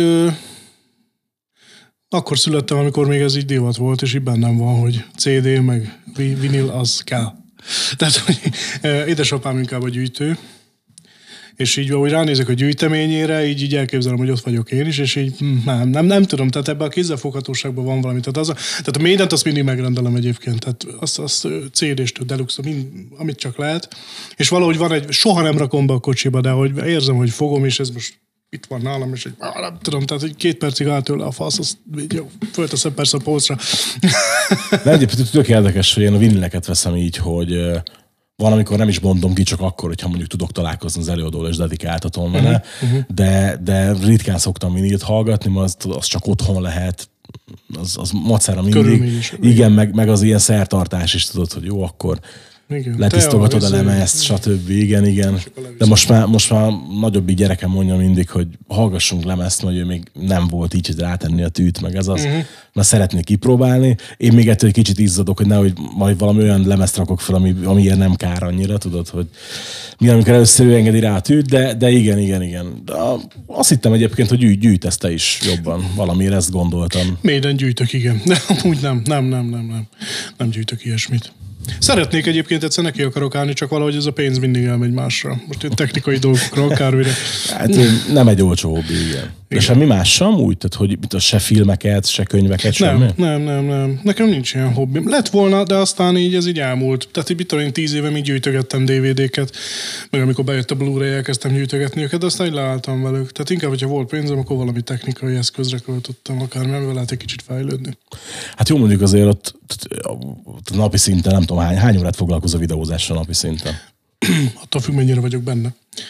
akkor születtem, amikor még ez így divat volt, és így bennem van, hogy CD meg vinil az kell. Tehát, hogy édesapám inkább a gyűjtő, és így, ahogy ránézek a gyűjteményére, így elképzelem, hogy ott vagyok én is, és így nem tudom, tehát ebben a kézzelfoghatóságban van valami. Tehát a Maident azt mindig megrendelem egyébként, tehát azt CD-stől, deluxe, amit csak lehet. És valahogy van soha nem rakom be a kocsiba, de hogy érzem, hogy fogom, és ez most itt van nálam, és nem tudom, tehát egy 2 percig áll tőle a fasz, azt jó, fölteszem persze a polcra. De egyébként tök érdekes, hogy én a vinileket veszem így, hogy van, amikor nem is mondom ki, csak akkor, hogyha mondjuk tudok találkozni az előadóval, és dedikáltatom vele, de ritkán szoktam vinilt hallgatni, mert az csak otthon lehet, az macera mindig. Igen, meg az ilyen szertartás is tudod, hogy jó, akkor letisztogatod a lemezt, stb. Igen. De most már nagyobb gyerekem mondja mindig, hogy hallgassunk lemezt, mert ő még nem volt így, hogy rátenni a tűt, meg ez az. Mert szeretnék kipróbálni. Én még ettől egy kicsit izzadok, hogy nehogy majd valami olyan lemezt rakok fel, amiért nem kár annyira, tudod, hogy mi amikor először ő engedi rá a tűt, de igen. De azt hittem egyébként, hogy gyűjtesz te is jobban. Valamire ezt gondoltam. Maiden gyűjtök, igen. De amúgy nem gyűjtök ilyesmit. Szeretnék egyébként, egyszer neki akarok állni, csak valahogy ez a pénz mindig elmegy másra. Most ilyen technikai dolgokra, akármire. Hát nem egy olcsó hobbi, igen. De semmi más sem úgy? Tehát, hogy se filmeket, se könyveket, semmi? Nem. Nekem nincs ilyen hobbim. Lett volna, de aztán így ez így elmúlt. Tehát így én 10 éve még gyűjtögettem DVD-ket, meg amikor bejött a Blu-ray, elkezdtem gyűjtögetni őket, de aztán így leálltam velük. Tehát inkább, hogyha volt pénzem, akkor valami technikai eszközre költöttem, akár amivel lehet egy kicsit fejlődni. Hát jó, mondjuk azért ott napi szinten, nem tudom, hány órát foglalkozol a videózással napi szinten? Attól függ, mennyire vagyok benne.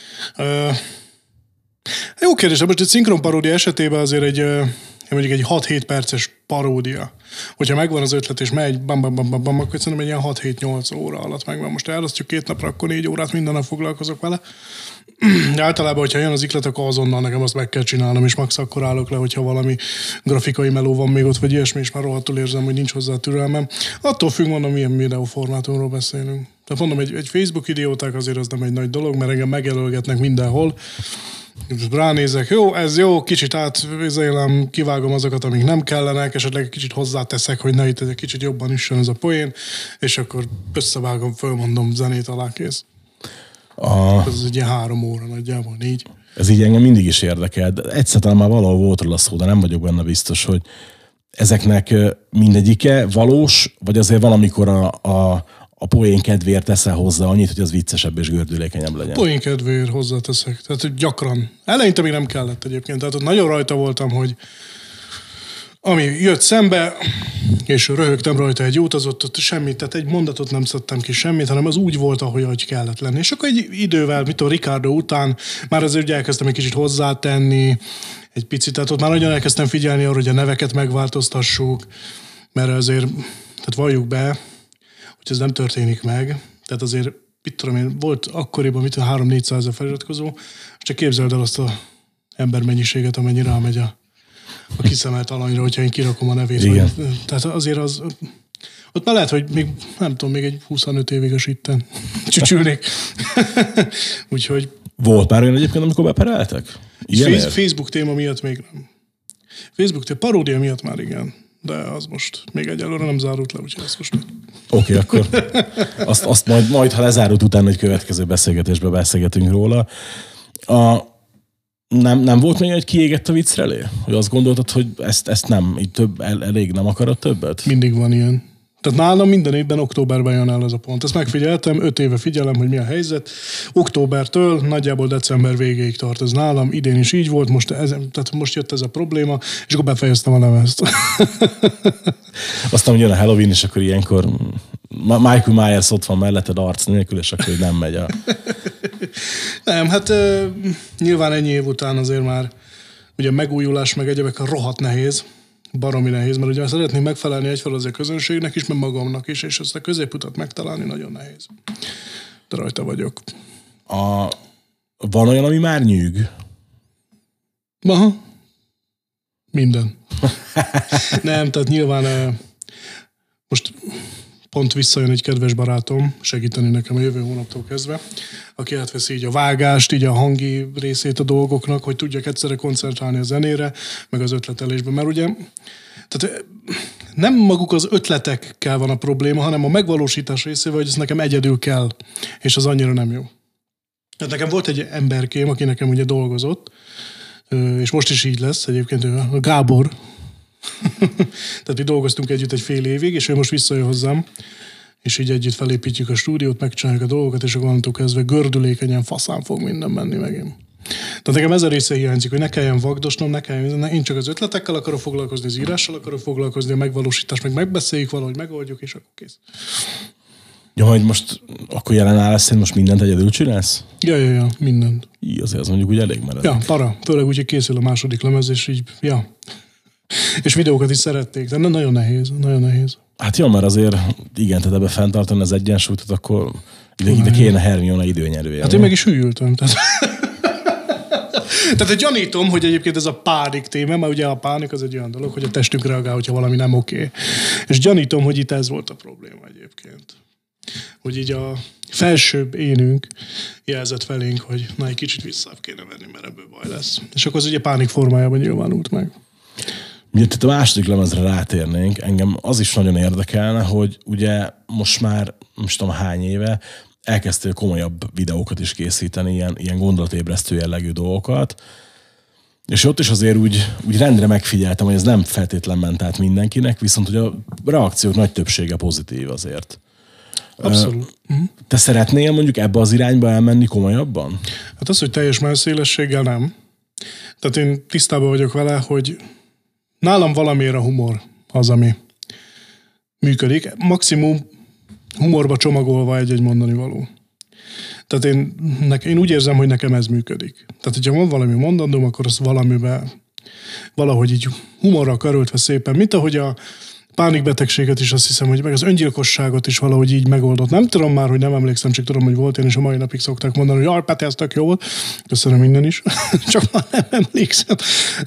Jó kérdés, most egy szinkron paródia esetében azért mondjuk egy 6-7 perces paródia. Hogyha megvan az ötlet és megy bam, akkor szerintem egy ilyen 6-7-8 óra alatt megvan. Most elosztjuk 2 napra, akkor 4 órát minden nap foglalkozok vele. De általában, hogyha jön az iklet, akkor azonnal nekem azt meg kell csinálnom, és max akkor állok le, hogyha valami grafikai meló van még ott, vagy ilyesmi, és már rohadtul érzem, hogy nincs hozzá türelmem. Attól függ, mondom, milyen videóformátumról beszélünk. Tehát mondom, egy Facebook idióták azért az nem egy nagy dolog, mert engem megjelölgetnek mindenhol. Ránézek, jó, ez jó, kicsit átvizélem, kivágom azokat, amik nem kellenek, esetleg kicsit hozzáteszek, hogy ne itt egy kicsit jobban üssön ez a poén, és akkor összevágom, fölmondom, zenét alá, kész. Ez egy ilyen 3 óra nagyjából, 4. Ez így engem mindig is érdekel. Egyszer talán már valahol volt róla szó, de nem vagyok benne biztos, hogy ezeknek mindegyike valós, vagy azért van, amikor a poén kedvéért teszel hozzá annyit, hogy az viccesebb és gördülékenyebb legyen. Poén kedvéért hozzáteszek. Tehát gyakran. Eleinte még nem kellett egyébként. Tehát ott nagyon rajta voltam, hogy ami jött szembe, és röhögtem rajta egy jót, az ott semmit, tehát egy mondatot nem szedtem ki semmit, hanem az úgy volt, ahogy kellett lenni. És akkor egy idővel, Ricardo után már azért ugye elkezdtem egy kicsit hozzátenni, egy picit, tehát ott már nagyon elkezdtem figyelni arra, hogy a neveket megváltoztassuk, mert azért, tehát valljuk be, hogy ez nem történik meg. Tehát azért, mit tudom én, volt akkoriban 300-400 ezer feliratkozó, csak képzeld el azt az embermennyiséget, amennyi rámegy a kiszemelt alanyra, hogyha én kirakom a nevét. Igen. Tehát azért az... Ott már lehet, hogy még, nem tudom, még egy 25 évig a sitten csücsülnék. Úgyhogy... Volt már olyan egyébként, amikor bepereltek? Facebook téma miatt még nem. Facebook téma, paródia miatt már igen. De az most még egyelőre nem zárult le, úgyhogy ezt most... Oké, akkor azt majd, ha lezárult utána egy következő beszélgetésben beszélgetünk róla. Nem volt még egy kiégett a viccrelé? Hogy azt gondoltad, hogy ezt nem, így elég nem akarod többet? Mindig van ilyen. Tehát nálam minden évben októberben jön el ez a pont. Ezt megfigyeltem, 5 éve figyelem, hogy mi a helyzet. Októbertől nagyjából december végéig tart ez nálam. Idén is így volt, tehát most jött ez a probléma, és akkor befejeztem a lemezt. Aztán jön a Halloween, és akkor ilyenkor Michael Myers ott van melletted arc nélkül, és akkor nem megy a Nem, hát nyilván ennyi év után azért már ugye megújulás meg egyebek rohadt nehéz, baromi nehéz, mert ugye szeretnék megfelelni egyfelől azért a közönségnek is, meg magamnak is, és ezt a középutat megtalálni nagyon nehéz. De rajta vagyok. Van olyan, ami már nyűg? Aha. Minden. Nem, tehát nyilván most pont visszajön egy kedves barátom segíteni nekem a jövő hónaptól kezdve, aki átveszi így a vágást, így a hangi részét a dolgoknak, hogy tudjak egyszerre koncentrálni a zenére, meg az ötletelésben. Mert ugye tehát nem maguk az ötletekkel van a probléma, hanem a megvalósítás részével, hogy ez nekem egyedül kell, és az annyira nem jó. Hát nekem volt egy emberkém, aki nekem ugye dolgozott, és most is így lesz egyébként, a Gábor. Tehát mi dolgoztunk együtt egy fél évig, és ő most visszajön hozzám, és így együtt felépítjük a stúdiót, megcsináljuk a dolgokat, és akkor onnantól kezdve gördülékenyen faszán fog minden menni megint. Tehát nekem ez a része hiányzik, hogy ne kelljen vagdosnom, ne kelljen, én csak az ötletekkel akarok foglalkozni, az írással akarok foglalkozni, a megvalósítás, meg megbeszéljük valahogy, megoldjuk, és akkor kész. Ja, hogy most akkor jelen állás szerint most mindent egyedül csinálsz? Ja, mindent. Azért az mondjuk úgy elég meredek. Ja, para. Főleg úgy, hogy készül a második lemez, és így, ja. És videókat is szerették, de nagyon nehéz, nagyon nehéz. Hát jó, mert azért igen, tehát ebbe fenntartani az egyensúlyt, akkor ide kéne Hermione időnyerője. Hát én meg is hűltem. Tehát gyanítom, hogy egyébként ez a pánik téma, mert ugye a pánik az egy olyan dolog, hogy a testünk reagál, hogyha valami nem oké. És gyanítom, hogy itt ez volt a probléma egyébként. Hogy így a felsőbb énünk jelzett felénk, hogy na, egy kicsit visszább kéne venni, mert ebből baj lesz. És akkor az ugye pánik formájában nyilvánult meg. Mielőtt itt a második lemezre rátérnénk, engem az is nagyon érdekelne, hogy ugye most már, most tudom hány éve, elkezdtél komolyabb videókat is készíteni, ilyen gondolatébresztő jellegű dolgokat, és ott is azért úgy rendre megfigyeltem, hogy ez nem feltétlen ment át mindenkinek, viszont hogy a reakciók nagy többsége pozitív azért. Abszolút. Te szeretnél mondjuk ebbe az irányba elmenni komolyabban? Hát az, hogy teljes mellszélességgel nem. Tehát én tisztában vagyok vele, hogy nálam valamiért a humor az, ami működik. Maximum humorba csomagolva egy mondani való. Tehát én úgy érzem, hogy nekem ez működik. Tehát, hogyha van valami mondandóm, akkor azt valamiben valahogy így humorra karöltve szépen, mint ahogy a pánikbetegséget is azt hiszem, hogy meg az öngyilkosságot is valahogy így megoldott. Nem tudom már, hogy nem emlékszem, csak tudom, hogy volt én, és a mai napig szokták mondani, hogy Peti, ez tök jó volt. Köszönöm minden is. Csak már nem emlékszem.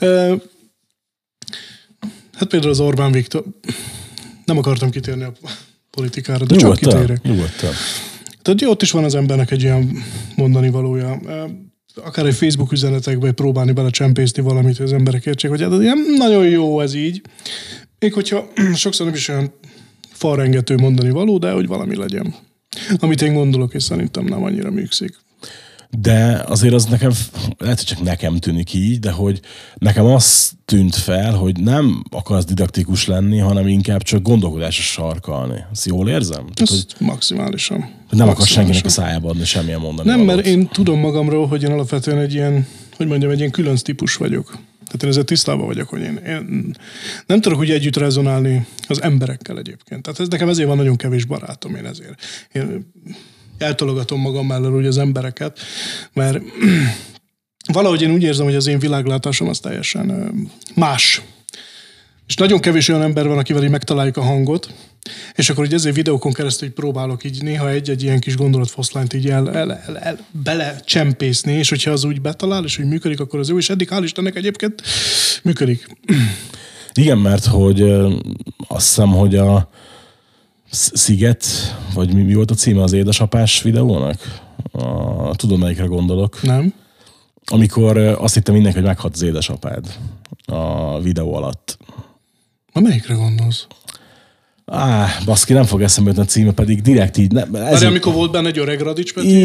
Hát például az Orbán Viktor. Nem akartam kitérni a politikára, de csak kitérek. Nyugodtan. Tehát ott is van az embernek egy ilyen mondani valója. Akár egy Facebook üzenetekbe próbálni belecsempészni valamit, hogy az emberek értsék, hogy ez ilyen nagyon jó ez így. Még hogyha sokszor nem is olyan falrengető mondani való, de hogy valami legyen. Amit én gondolok, és szerintem nem annyira működik. De azért az nekem, lehet, hogy csak nekem tűnik így, de hogy nekem az tűnt fel, hogy nem akarsz didaktikus lenni, hanem inkább csak gondolkodásra sarkalni. Ezt jól érzem? Ezt maximálisan. Nem akarsz senkinek a szájába adni semmilyen mondani Nem, valót. mert én tudom magamról, hogy én alapvetően egy ilyen, egy ilyen külön típus vagyok. Tehát én ezzel tisztában vagyok, hogy én nem tudok úgy együtt rezonálni az emberekkel egyébként. Tehát nekem ezért van nagyon kevés barátom, én ezért. Én eltologatom magam mellől úgy az embereket, mert valahogy én úgy érzem, hogy az én világlátásom az teljesen más. És nagyon kevés olyan ember van, akivel így megtaláljuk a hangot, és akkor így ezért videókon keresztül így próbálok így néha egy ilyen kis gondolatfoszlányt így belecsempészni, és hogyha az úgy betalál, és hogy működik, akkor az jó, és eddig hál' Istennek egyébként működik. Igen, mert hogy azt hiszem, hogy a Sziget, vagy mi volt a címe az édesapás videónak? Tudom, melyikre gondolok. Nem. Amikor azt hittem mindenki, hogy meghalt az édesapád a videó alatt. Melyikre gondolsz? Baszki, nem fog eszembe jutni a címe, pedig direkt így... Amikor volt benne egy öreg Radics Peti?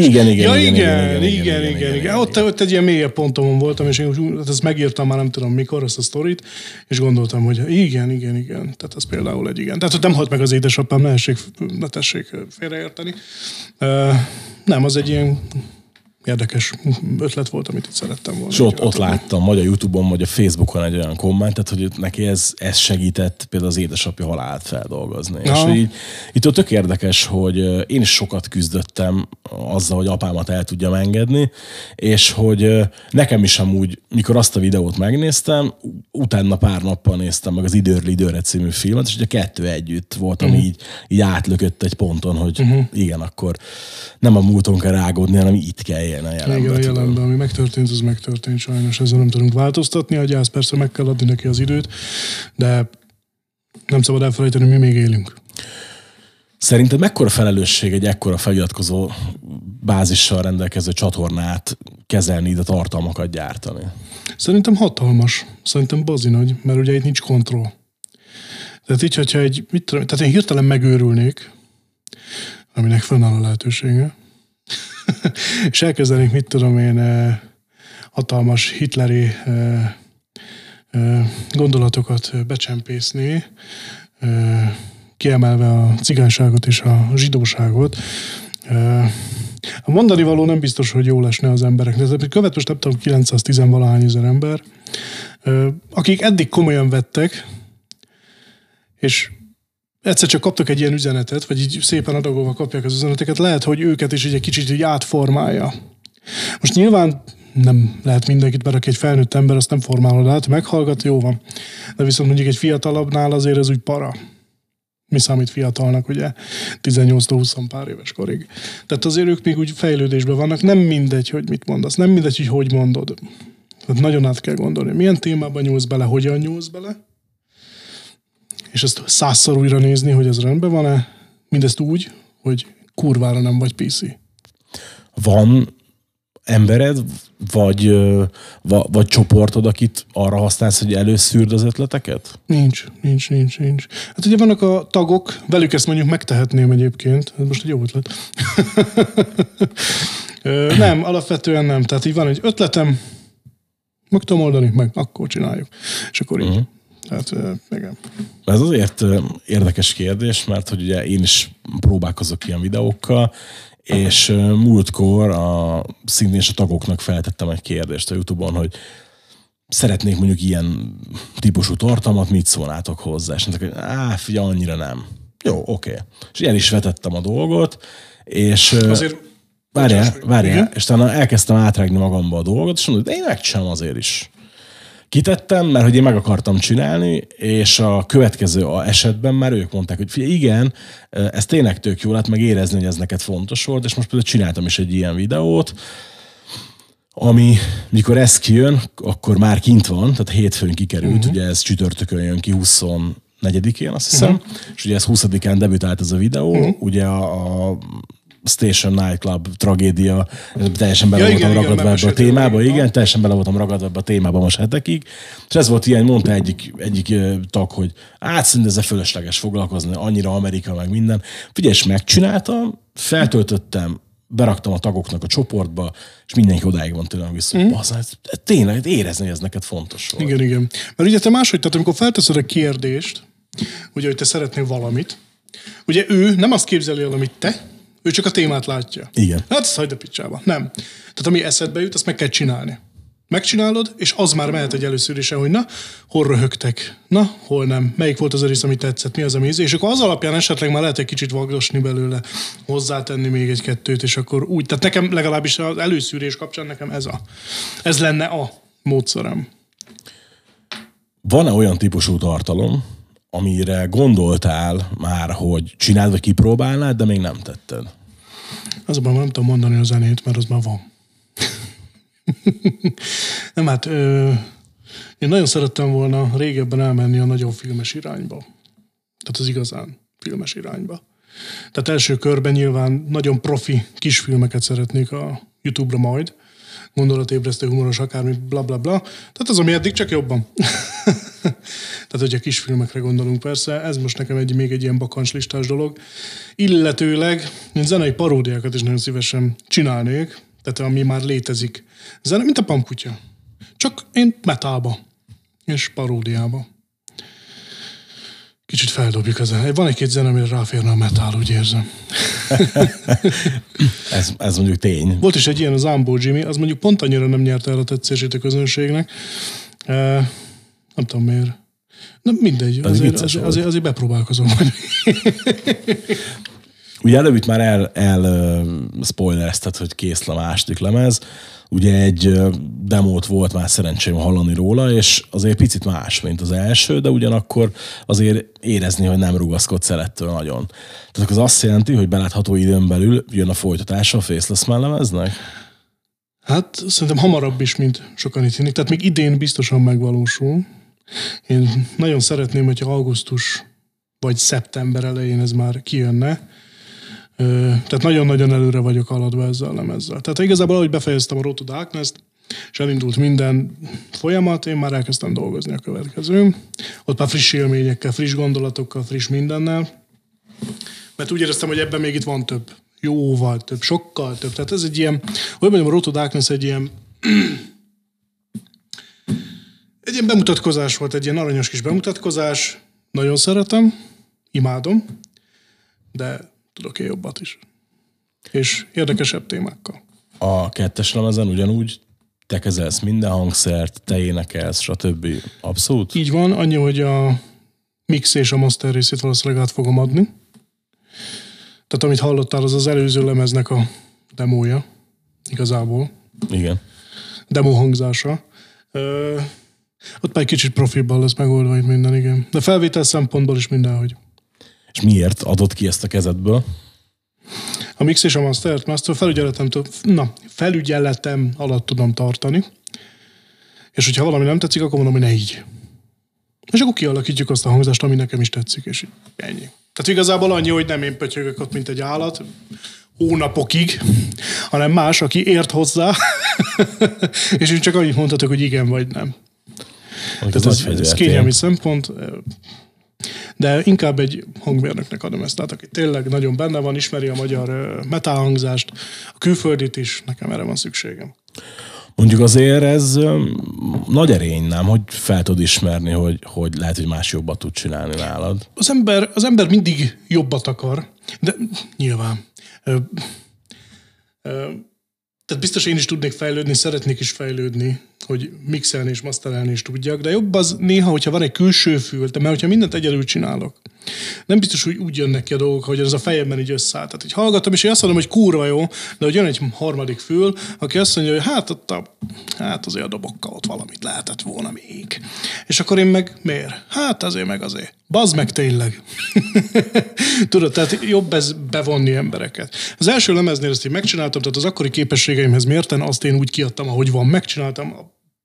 Igen. Ott egy ilyen mélyebb pontomon voltam, és én ezt megírtam már nem tudom mikor, ezt a sztorit, és gondoltam, hogy igen. Tehát ez például egy igen. Tehát ott nem halt meg az édesapám, ne tessék félreérteni. Nem, az egy ilyen érdekes ötlet volt, amit itt szerettem volna. És ott láttam, vagy a YouTube-on, vagy a Facebookon egy olyan kommentet, hogy neki ez segített például az édesapja halálát feldolgozni. Ja. És így, itt tök érdekes, hogy én is sokat küzdöttem azzal, hogy apámat el tudjam engedni, és hogy nekem is amúgy, mikor azt a videót megnéztem, utána pár nappal néztem meg az Időre című filmet, és ugye a kettő együtt volt, ami így átlökött egy ponton, hogy igen, akkor nem a múlton kell rágódni, hanem itt kell élni a jelenben. Igen, a jelenben, ami megtörtént, az megtörtént sajnos. Ezzel nem tudunk változtatni, a gyász persze meg kell adni neki az időt, de nem szabad elfelejteni, mi még élünk. Szerinted mekkora felelősség egy ekkora feliratkozó bázissal rendelkező csatornát kezelni, ide tartalmakat gyártani? Szerintem hatalmas. Szerintem bazi nagy, mert ugye itt nincs kontroll. Tehát így, hogyha tehát én hirtelen megőrülnék, aminek fennáll a lehetősége, és elkezdenék, mit tudom én, hatalmas hitleri gondolatokat becsempészni, kiemelve a cigányságot és a zsidóságot. A mondani való nem biztos, hogy jól esne az embereknek. Követ most nem tudom, 910-valahány ezer ember, akik eddig komolyan vettek, és egyszer csak kaptak egy ilyen üzenetet, vagy így szépen adagolva kapják az üzeneteket, lehet, hogy őket is egy kicsit így átformálja. Most nyilván nem lehet mindenkit, mert egy felnőtt ember azt nem formálod át, meghallgat, jó van. De viszont mondjuk egy fiatalabbnál azért ez úgy para. Mi számít fiatalnak, ugye? 18-20 pár éves korig. Tehát azért ők még úgy fejlődésben vannak. Nem mindegy, hogy mit mondasz. Nem mindegy, hogy mondod. Tehát nagyon át kell gondolni. Milyen témában nyúlsz bele, hogyan nyúlsz bele. És ezt 100-szor újra nézni, hogy ez rendben van-e. Mindezt úgy, hogy kurvára nem vagy PC. Van embered, vagy csoportod, akit arra használsz, hogy előszűrd az ötleteket? Nincs. Hát ugye vannak a tagok, velük ezt mondjuk megtehetném egyébként. Ez most egy jó ötlet. Nem, alapvetően nem. Tehát így van egy ötletem, meg tudom oldani, meg akkor csináljuk. És akkor így. Tehát, igen. Ez azért érdekes kérdés, mert hogy ugye én is próbálkozok ilyen videókkal, és múltkor szintén is a tagoknak feltettem egy kérdést a YouTube-on, hogy szeretnék mondjuk ilyen típusú tartalmat, mit szólnátok hozzá? És mondták, hogy figyelj, annyira nem. Jó, oké. És el is vetettem a dolgot, és azért várjál, és talán elkezdtem átrágni magamba a dolgot, és mondom, de én megcsinálom azért is. Kitettem, mert hogy én meg akartam csinálni, és a következő esetben már ők mondták, hogy figyelj, igen, ez tényleg tök jó lett, meg érezni, hogy ez neked fontos volt, és most például csináltam is egy ilyen videót, ami, mikor ez kijön, akkor már kint van, tehát hétfőn kikerült, ugye ez csütörtökön jön ki 24-én, azt hiszem, és ugye ez 20-án debütált ez a videó, ugye a Station Nightclub tragédia, teljesen bele voltam ragadva ebbe a témába, teljesen bele voltam ragadva ebbe a témába most hetekig, és ez volt ilyen, mondta egyik tag, hogy szerintem ezzel fölösleges foglalkozni, annyira Amerika, meg minden. Figyelj, és megcsináltam, feltöltöttem, beraktam a tagoknak a csoportba, és mindenki odáig van tőlem vissza. Tényleg érezni, hogy ez neked fontos volt. Igen. Mert ugye te máshogy, tehát amikor felteszed a kérdést, ugye, hogy te szeretnél valamit, ugye ő nem azt képzeli el, amit te, ő csak a témát látja. Igen. Hát ezt hagyd a picsába. Nem. Tehát ami eszedbe jut, azt meg kell csinálni. Megcsinálod, és az már mehet egy előszűrése, hogy na, hol röhögtek, na, hol nem, melyik volt az a rész, ami tetszett, mi az, ami és akkor az alapján esetleg már lehet egy kicsit vagdosni belőle, hozzátenni még egy-kettőt, és akkor úgy. Tehát nekem legalábbis az előszűrés kapcsán nekem ez lenne a módszerem. Van-e olyan típusú tartalom, amire gondoltál már, hogy csináld, vagy kipróbálnád, de még nem tetted? Azonban nem tudom mondani a zenét, mert az már van. Nem, hát én nagyon szerettem volna régebben elmenni a nagyon filmes irányba. Tehát az igazán filmes irányba. Tehát első körben nyilván nagyon profi kisfilmeket szeretnék a YouTube-ra majd. Gondolatébresztő, humoros, akármi, bla bla bla. Tehát az, ami eddig csak jobban. Tehát, hogy a kisfilmekre gondolunk persze, ez most nekem még egy ilyen bakancslistás dolog. Illetőleg én zenei paródiákat is nagyon szívesen csinálnék, tehát ami már létezik. Zene, mint a Pampkutya. Csak én metálba és paródiába. Kicsit feldobjuk a zene. Van egy-két zene, amire ráférne a metál, úgy érzem. ez mondjuk tény. Volt is egy ilyen, az Ambo Jimmy, az mondjuk pont annyira nem nyerte el a tetszését a közönségnek. Nem tudom miért. Na mindegy, azért bepróbálkozom majd. Ugye előbb itt már spoilerezted, hogy kész a második lemez. Ugye egy demót volt már szerencsém hallani róla, és azért picit más, mint az első, de ugyanakkor azért érezni, hogy nem rugaszkodsz el ettől nagyon. Tehát az azt jelenti, hogy belátható időn belül jön a folytatása a Faceless Man lemeznek? Hát szerintem hamarabb is, mint sokan itt hinnik. Tehát még idén biztosan megvalósul. Én nagyon szeretném, hogyha augusztus vagy szeptember elején ez már kijönne. Tehát nagyon-nagyon előre vagyok haladva ezzel a lemezzel. Tehát igazából, ahogy befejeztem a Road to Darkness-t, és elindult minden folyamat, én már elkezdtem dolgozni a következőn. Ott már friss élményekkel, friss gondolatokkal, friss mindennel. Mert úgy éreztem, hogy ebben még itt van több. Jóval több, sokkal több. Tehát ez egy ilyen, hogy mondjam, a Road to Darkness egy ilyen bemutatkozás volt, egy ilyen aranyos kis bemutatkozás. Nagyon szeretem, imádom, de tudok én jobbat is. És érdekesebb témákkal. A 2-es lemezen ugyanúgy te kezelsz minden hangszert, te énekelsz, stb. Abszolút? Így van, annyi, hogy a mix és a master részét valószínűleg át fogom adni. Tehát amit hallottál, az az előző lemeznek a demója, igazából. Igen. Demo hangzása. Ott már egy kicsit profibban lesz megoldva itt minden, igen. De felvétel szempontból is mindenhogy. És miért adott ki ezt a kezedből? A mix és a mastert, master felügyeletem alatt tudom tartani. És hogyha valami nem tetszik, akkor mondom, hogy ne így. És akkor kialakítjuk azt a hangzást, ami nekem is tetszik, és ennyi. Tehát igazából annyi, hogy nem én pötyögök ott, mint egy állat, hónapokig, hanem más, aki ért hozzá, és én csak annyit mondhatok, hogy igen vagy nem. Tehát ez kényelmi szempont, de inkább egy hangmérnöknek adom ezt. Tehát aki tényleg nagyon benne van, ismeri a magyar metal hangzást, a külföldit is, nekem erre van szükségem. Mondjuk azért ez nagy erény, nem? Hogy fel tud ismerni, hogy lehet, hogy más jobbat tud csinálni nálad. Az ember mindig jobbat akar, de nyilván. Tehát biztos én is tudnék fejlődni, szeretnék is fejlődni, hogy mixelni és masterelni is tudjak, de jobb az néha, hogyha van egy külső fül, mert hogyha mindent egyedül csinálok, nem biztos, hogy úgy jönnek ki a dolgok, hogy ez a fejemben így összeáll. Tehát így hallgatom, és én azt mondom, hogy kurva jó, de hogy jön egy harmadik fül, aki azt mondja, hogy hát azért a dobokkal ott valamit lehetett volna még. És akkor én meg miért? Hát azért meg azért. Bazd meg tényleg. Tudod, tehát jobb ez bevonni embereket. Az első lemeznél ezt így megcsináltam, tehát az akkori képességeimhez mérten azt én úgy kiadtam, ahogy van. Megcsináltam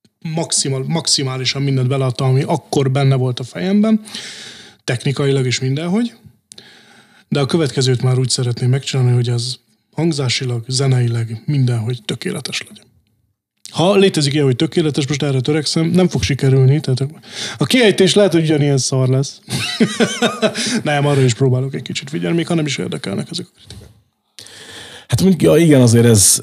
maximálisan mindent beleadtam, ami akkor benne volt a fejemben, technikailag is mindenhogy, de a következőt már úgy szeretném megcsinálni, hogy ez hangzásilag, zeneileg mindenhogy tökéletes legyen. Ha létezik ilyen, hogy tökéletes, most erre törekszem, nem fog sikerülni, tehát a kiejtés lehet, hogy ugyanilyen szar lesz. Nem, arra is próbálok egy kicsit figyelni, még ha nem is érdekelnek ezek a kritikák. Hát mondjuk, ja, igen, azért ez...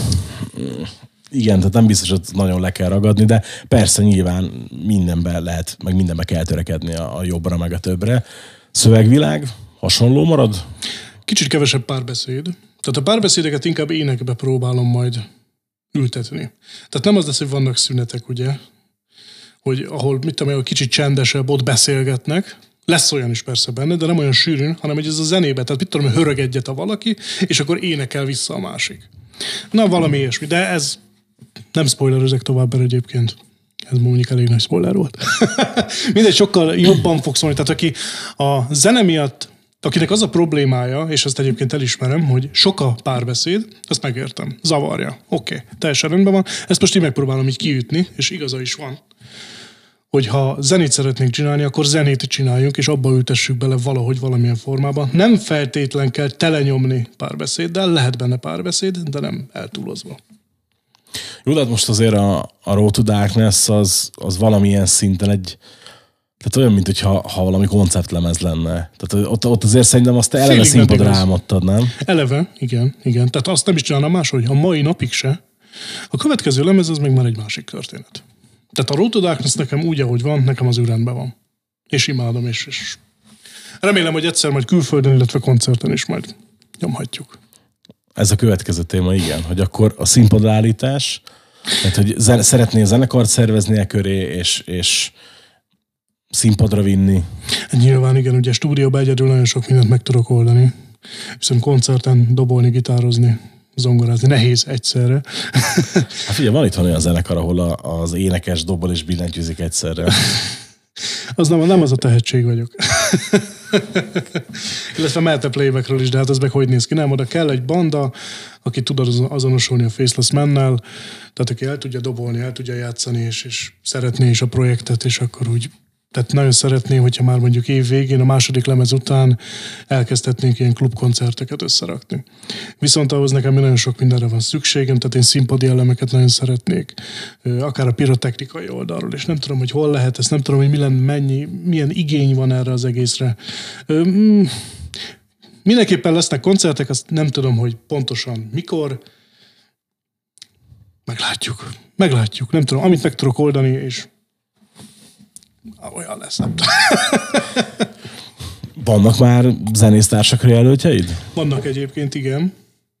Igen, tehát nem biztos, hogy nagyon le kell ragadni, de persze nyilván mindenben lehet, meg mindenben kell törekedni a jobbra, meg a többre. Szövegvilág hasonló marad? Kicsit kevesebb párbeszéd. Tehát a párbeszédeket inkább énekbe próbálom majd ültetni. Tehát nem az lesz, hogy vannak szünetek, ugye, hogy ahol, mit tudom, ahol kicsit csendesebb, ott beszélgetnek. Lesz olyan is persze benne, de nem olyan sűrűn, hanem hogy ez a zenébe. Tehát mit tudom, hogy hörög egyet a valaki, és akkor énekel vissza a másik. Na, valami ilyesmi, de ez nem spoilerözek tovább, mert egyébként ez mondjuk elég nagy spoiler volt. Mindegy, sokkal jobban fog szólni. Tehát aki a zene miatt, akinek az a problémája, és azt egyébként elismerem, hogy sok a párbeszéd, azt megértem. Zavarja. Oké, teljesen rendben van. Ezt most így megpróbálom így kiütni, és igaza is van, hogy ha zenét szeretnénk csinálni, akkor zenét csináljunk, és abba ültessük bele valahogy valamilyen formában. Nem feltétlen kell telenyomni párbeszéddel, lehet benne párbeszéd, de nem eltúlozva. Jó, de hát most azért a Road to Darkness az valamilyen szinten tehát olyan, mint hogyha valami konceptlemez lenne. Tehát ott azért szerintem azt eleve színpadra álmodtad, nem? Eleve, igen. Tehát azt nem is csinálnám máshogy, a mai napig se. A következő lemez az meg már egy másik történet. Tehát a Road to Darkness nekem úgy, ahogy van, nekem az ürendben van. És imádom, és remélem, hogy egyszer majd külföldön, illetve koncerten is majd nyomhatjuk. Ez a következő téma, igen, hogy akkor a színpadra-állítás, tehát hogy szeretné a zenekart szervezni e köré, és színpadra vinni. Nyilván igen, ugye stúdióban egyedül nagyon sok mindent meg tudok oldani. Viszont koncerten dobolni, gitározni, zongorázni nehéz egyszerre. Hát ugye van itthon olyan zenekar, ahol az énekes dobol és billentyűzik egyszerre. Az nem az a tehetség vagyok. Illetve mehet a playbackről is, de hát ez meg hogy néz ki? Nem, oda kell egy banda, aki tud azonosulni a Faceless Man-nel, tehát aki el tudja dobolni, el tudja játszani, és szeretné is a projektet, és akkor úgy, tehát nagyon szeretném, hogyha már mondjuk év végén, a második lemez után elkezdhetnénk ilyen klubkoncerteket összerakni. Viszont ahhoz nekem nagyon sok mindenre van szükségem, tehát én színpadi elemeket nagyon szeretnék, akár a pirotechnikai oldalról, és nem tudom, hogy hol lehet ezt, nem tudom, hogy milyen igény van erre az egészre. Mindenképpen lesznek koncertek, azt nem tudom, hogy pontosan mikor. Meglátjuk. Nem tudom, amit meg tudok oldani, és olyan lesz, nem tudom. Vannak már zenésztársakra jelöltjeid? Vannak egyébként, igen.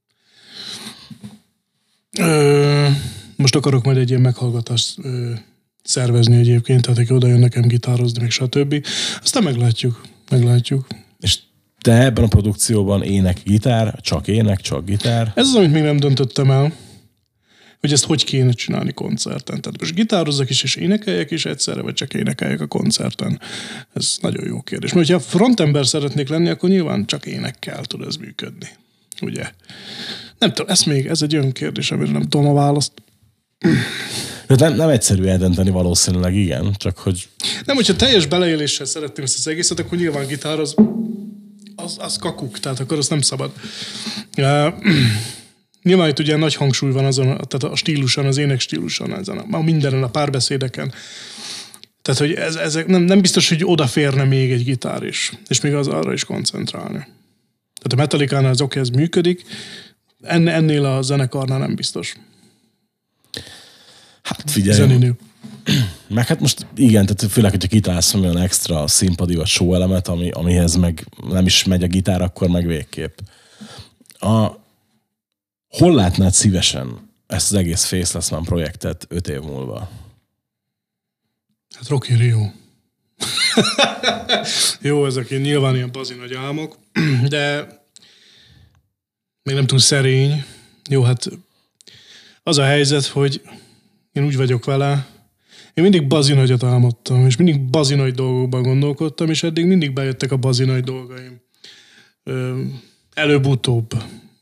Most akarok majd egy ilyen meghallgatást szervezni egyébként, tehát aki oda jön nekem gitározni, meg stb. Aztán meglátjuk. És te ebben a produkcióban ének-gitár, csak gitár? Ez az, amit még nem döntöttem el, hogy ezt hogy kéne csinálni koncerten. Tehát most gitározzak is, és énekeljek is egyszerre, vagy csak énekeljek a koncerten. Ez nagyon jó kérdés. Mert ha frontember szeretnék lenni, akkor nyilván csak énekkel tud ez működni. Ugye? Nem tudom, ez egy olyan kérdés, amire nem tudom a választ. Nem egyszerű eldönteni valószínűleg, igen, csak hogy... Nem, hogyha teljes beleéléssel szeretném ezt az egészet, akkor nyilván gitár az kakuk, tehát akkor az nem szabad. Nyilván itt ugye nagy hangsúly van azon, tehát a stíluson, az ének stíluson, a mindenen, a párbeszédeken. Tehát, hogy ezek nem biztos, hogy odaférne még egy gitár is, és még arra is koncentrálni. Tehát a Metallicánál az ez működik, ennél a zenekarnál nem biztos. Hát figyelj. Zenénél. Meg hát most igen, tehát főleg, hogyha kitálsz olyan extra színpadi vagy show elemet, amihez meg nem is megy a gitár, akkor meg végképp. Hol látnád szívesen ezt az egész Faceless Man projektet 5 év múlva? Hát Rocky Rio. Jó, ezek nyilván ilyen bazi nagy álmok, de még nem túl szerény. Jó, hát az a helyzet, hogy én úgy vagyok vele, én mindig bazi nagyot álmodtam, és mindig bazi nagy dolgokban gondolkodtam, és eddig mindig bejöttek a bazi nagy dolgaim. Előbb-utóbb.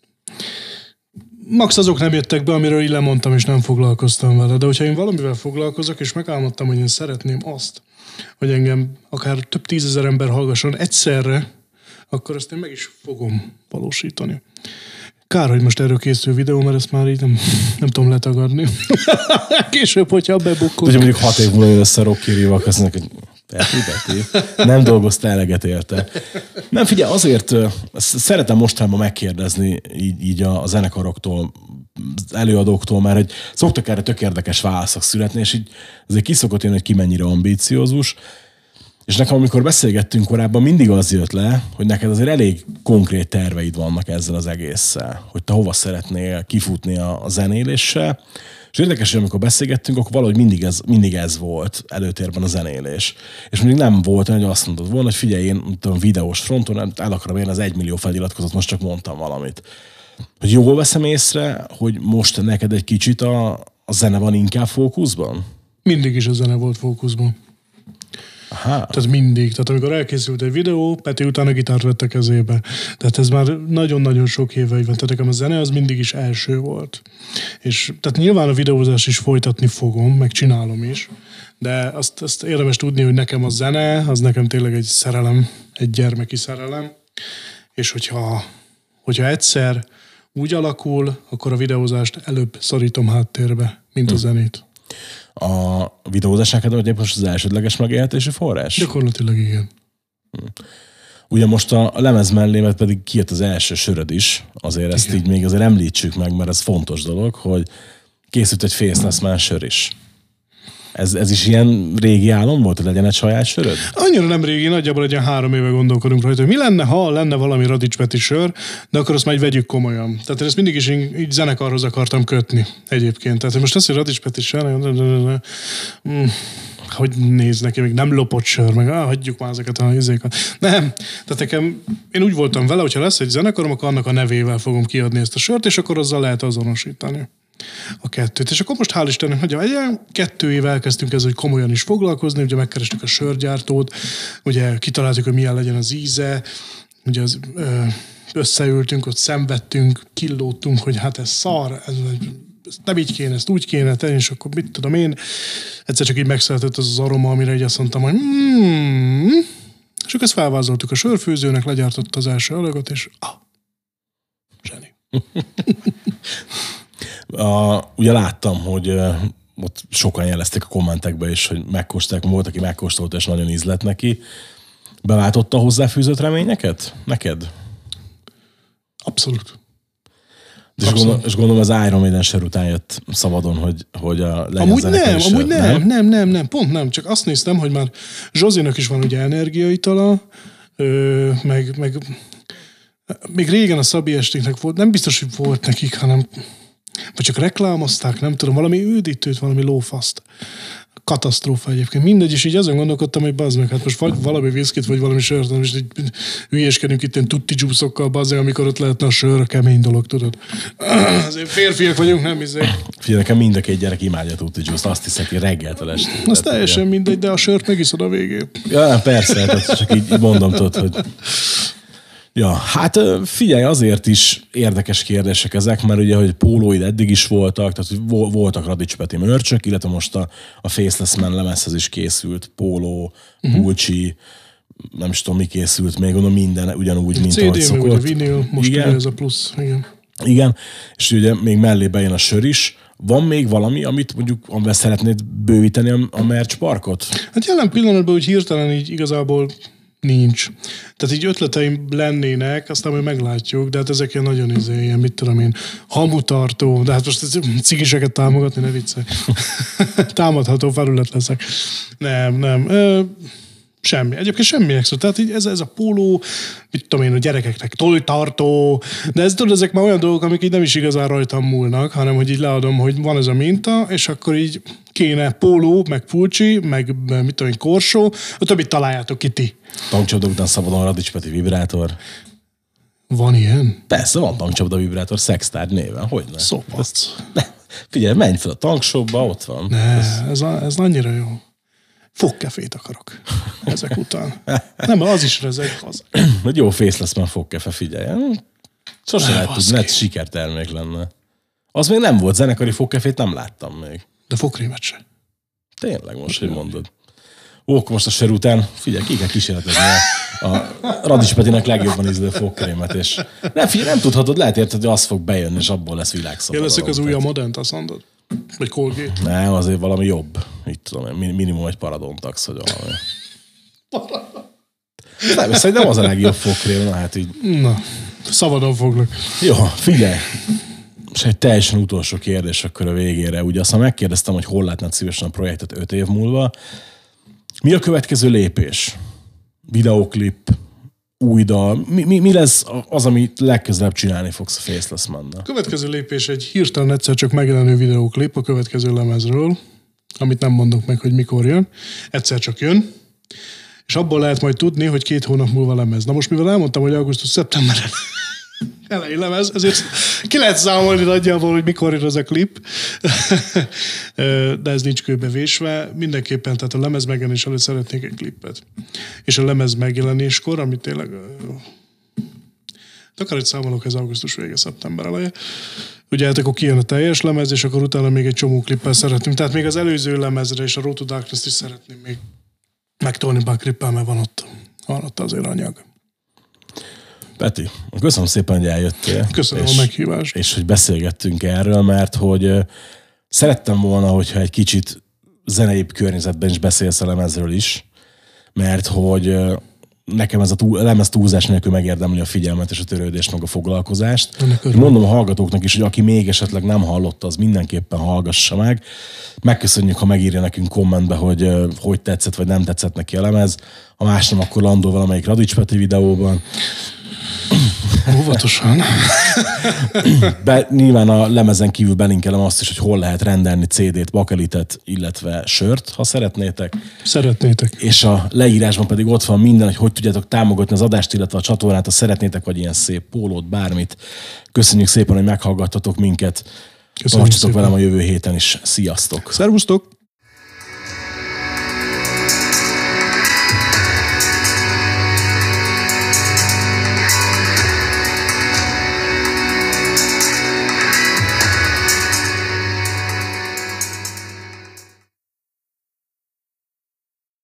Max azok nem jöttek be, amiről így lemondtam, és nem foglalkoztam vele. De hogyha én valamivel foglalkozok, és megálmodtam, hogy én szeretném azt, hogy engem akár több 10 000 ember hallgasson egyszerre, akkor ezt én meg is fogom valósítani. Kár, hogy most erről készül videó, mert ezt már így nem tudom letagadni. Később, hogyha bebukkok. Ugye mondjuk 6 év múlva jön össze Rocky Rio, azt mondják, hogy Peti, nem dolgoztál eleget érte. Nem, figyelj, azért szeretem mostanában megkérdezni így a zenekaroktól, az előadóktól, mert hogy szoktak erre tök érdekes válaszok születni, és így azért kiszokott jönni, hogy ki mennyire ambíciózus. És nekem, amikor beszélgettünk korábban, mindig az jött le, hogy neked azért elég konkrét terveid vannak ezzel az egésszel, hogy te hova szeretnél kifutni a zenéléssel. És érdekes, hogy amikor beszélgettünk, akkor valahogy mindig ez volt előtérben a zenélés. És mindig nem volt olyan, hogy azt mondod volna, hogy figyelj, én tudom, videós fronton el akarom érni az 1 millió feliratkozót, most csak mondtam valamit. Hogy jól veszem észre, hogy most neked egy kicsit a zene van inkább fókuszban? Mindig is a zene volt fókuszban. Aha. Tehát mindig. Tehát amikor elkészült egy videó, Peti utána gitárt vette kezébe. Tehát ez már nagyon-nagyon sok éve van. Tehát nekem a zene az mindig is első volt. És tehát nyilván a videózást is folytatni fogom, meg csinálom is, de azt érdemes tudni, hogy nekem a zene, az nekem tényleg egy szerelem, egy gyermeki szerelem, és hogyha egyszer úgy alakul, akkor a videózást előbb szorítom háttérbe, mint a zenét. A videózás neked egyébként most az elsődleges megélhetési forrás? Gyakorlatilag igen. Ugye most a lemez mellé, mert pedig kijött az első söröd is, azért ezt így még azért említsük meg, mert ez fontos dolog, hogy készült egy Faceless Man sör is. Ez is ilyen régi álom volt, hogy legyen egy saját söröd? Annyira nem régi, nagyjából egy ilyen 3 éve gondolkodunk rajta, hogy mi lenne, ha lenne valami Radics Peti sör, de akkor azt már vegyük komolyan. Tehát én ezt mindig is így zenekarhoz akartam kötni egyébként. Tehát most azt, hogy Radics Peti sör, hogy néz neki, még nem lopott sör, meg hagyjuk már ezeket a izékat. Nem. Tehát nekem, én úgy voltam vele, hogyha lesz egy zenekarom, akkor annak a nevével fogom kiadni ezt a sört, és akkor azzal lehet azonosítani a kettőt. És akkor most hál' Istennek, hogy 2 év elkezdtünk ezzel, hogy komolyan is foglalkozni, ugye megkerestük a sörgyártót, ugye kitaláltuk, hogy milyen legyen az íze, ugye összeültünk, ott szenvedtünk, killódtunk, hogy hát ez szar, ez nem így kéne, ezt úgy kéne tenni, és akkor mit tudom én, egyszer csak így megszületett az aroma, amire így azt mondtam, hogy és akkor ezt felvázoltuk a sörfőzőnek, legyártott az első adagot, és zseni. Ugye láttam, hogy ott sokan jelezték a kommentekbe is, hogy megkóstolták, volt, aki megkóstolta, és nagyon ízlett neki. Beváltotta a hozzáfűzött reményeket? Neked? Abszolút. És gondolom az Iron Maiden sör után jött szabadon, hogy legyen amúgy nem, pont nem. Csak azt néztem, hogy már Zsózinak is van ugye energiaitala, meg még régen a Szabi estéknek volt, nem biztos, hogy volt nekik, hanem vagy csak reklámozták, nem tudom, valami üdítőt, valami lófaszt. Katasztrófa egyébként. Mindegy, és így azon gondolkodtam, hogy bazd meg, hát most vagy valami viszkit, vagy valami sört, és így hülyéskedünk itt ilyen tutti juice-okkal, bazd meg, amikor ott lehetne a sör, a kemény dolog, tudod. Azért férfiak vagyunk, nem izé. Figyelj, nekem mind a 2 gyerek imádja a tutti juice-t, azt hiszem, hogy reggeltől estig. Az teljesen mindegy, de a sört megiszod a végén. Ja, persze, tehát csak így mondom, tudod, hogy... Ja, hát figyelj, azért is érdekes kérdések ezek, mert ugye, hogy pólóid eddig is voltak, tehát voltak Radics Peti mörcsök, illetve most a Faceless Man lemezhez is készült póló, pulcsi, nem is tudom, mi készült még, gondolom minden ugyanúgy, mint ahogy szokott. CD, meg vinil, most ugye ez a plusz, igen. Igen, és ugye még mellé bejön a sör is. Van még valami, amit mondjuk amivel szeretnéd bővíteni a merch parkot? Hát jelen pillanatban úgy hirtelen így igazából nincs. Tehát így ötleteim lennének, aztán majd meglátjuk, de hát ezek ilyen nagyon ilyen, mit tudom én, hamutartó, de hát most cigiseket támogatni, ne viccelj. Támadható felület leszek. Nem. Semmi. Egyébként semmi extra. Tehát így ez a póló, mit tudom én, a gyerekeknek tolltartó, de ezek már olyan dolgok, amik így nem is igazán rajtam múlnak, hanem hogy így leadom, hogy van ez a minta, és akkor így kéne póló, meg pulcsi, meg mit tudom én, korsó, a többit találjátok ki ti. Tankcsapda után szabadon Radics Peti vibrátor. Van ilyen? Persze, van tankcsapda vibrátor Sextárgy néven, hogyne? Szopac. Figyelj, menj fel a tankshopba, ott van. Ne, ez annyira jó. Fogkefét akarok ezek után. Nem, az is rezeg. Hogy jó Faceless Man fogkefe, figyelj. Sosem lehet tudni, lehet sikertermék lenne. Az még nem volt, zenekari fogkefét nem láttam még. De fogkrémet se. Tényleg most, hogy mondod. Akkor most a sör után, figyelj, ki kell kísérletezni a Radics Petinek legjobban ízlő fogkrémet, és nem tudhatod, lehet érted, hogy az fog bejönni, és abból lesz világszabadalom. Leszek az új a Modent, azt mondod? Vagy Colgate? Nem, azért valami jobb. Itt tudom, minimum egy Paradontax, vagy valami. Nem, szerintem az a legjobb fogkrém, na hát így. Na, szabadon foglak. Jó, figyelj. És egy teljesen utolsó kérdés akkor a végére. Ugye aztán megkérdeztem, hogy hol látnád szívesen a projektet 5 év múlva. Mi a következő lépés? Videoklip, új dal. Mi lesz az, amit legközelebb csinálni fogsz a Faceless Man-nal? A következő lépés egy hirtelen egyszer csak megjelenő videoklip a következő lemezről, amit nem mondok meg, hogy mikor jön. Egyszer csak jön. És abból lehet majd tudni, hogy 2 hónap múlva lemez. Na most, mivel elmondtam, hogy augusztus-szeptemberben elején lemez, ezért ki lehet számolni nagyjából, hogy mikor jön az a klip. De ez nincs kőbevésve. Mindenképpen, tehát a lemez megjelenés előtt szeretnék egy klipet. És a lemez megjelenéskor, ami tényleg... De akár egy számolok, ez augusztus vége, szeptember eleje. Ugye hát akkor kijön a teljes lemez, és akkor utána még egy csomó klippel szeretném. Tehát még az előző lemezre és a Road to Darkness-t is szeretném még megtolni bár klippel, mert van ott azért anyag. Peti, köszönöm szépen, hogy eljöttél. Köszönöm a meghívást. És hogy beszélgettünk erről, mert hogy szerettem volna, hogyha egy kicsit zeneibb környezetben is beszélsz a lemezről is, mert hogy nekem ez a lemez túlzás nélkül megérdemli a figyelmet és a törődést, meg a foglalkozást. Ennek Mondom a hallgatóknak is, hogy aki még esetleg nem hallotta, az mindenképpen hallgassa meg. Megköszönjük, ha megírja nekünk kommentbe, hogy tetszett, vagy nem tetszett neki a lemez. Ha más nem, akkor landol valamelyik Radics Peti videóban. Óvatosan. Nyilván a lemezen kívül belinkelem azt is, hogy hol lehet rendelni CD-t, bakelitet, illetve sört, ha szeretnétek. Szeretnétek. És a leírásban pedig ott van minden, hogy tudjátok támogatni az adást, illetve a csatornát, ha szeretnétek, vagy ilyen szép pólót, bármit. Köszönjük szépen, hogy meghallgattatok minket. Tartsatok velem a jövő héten is. Sziasztok! Szervusztok!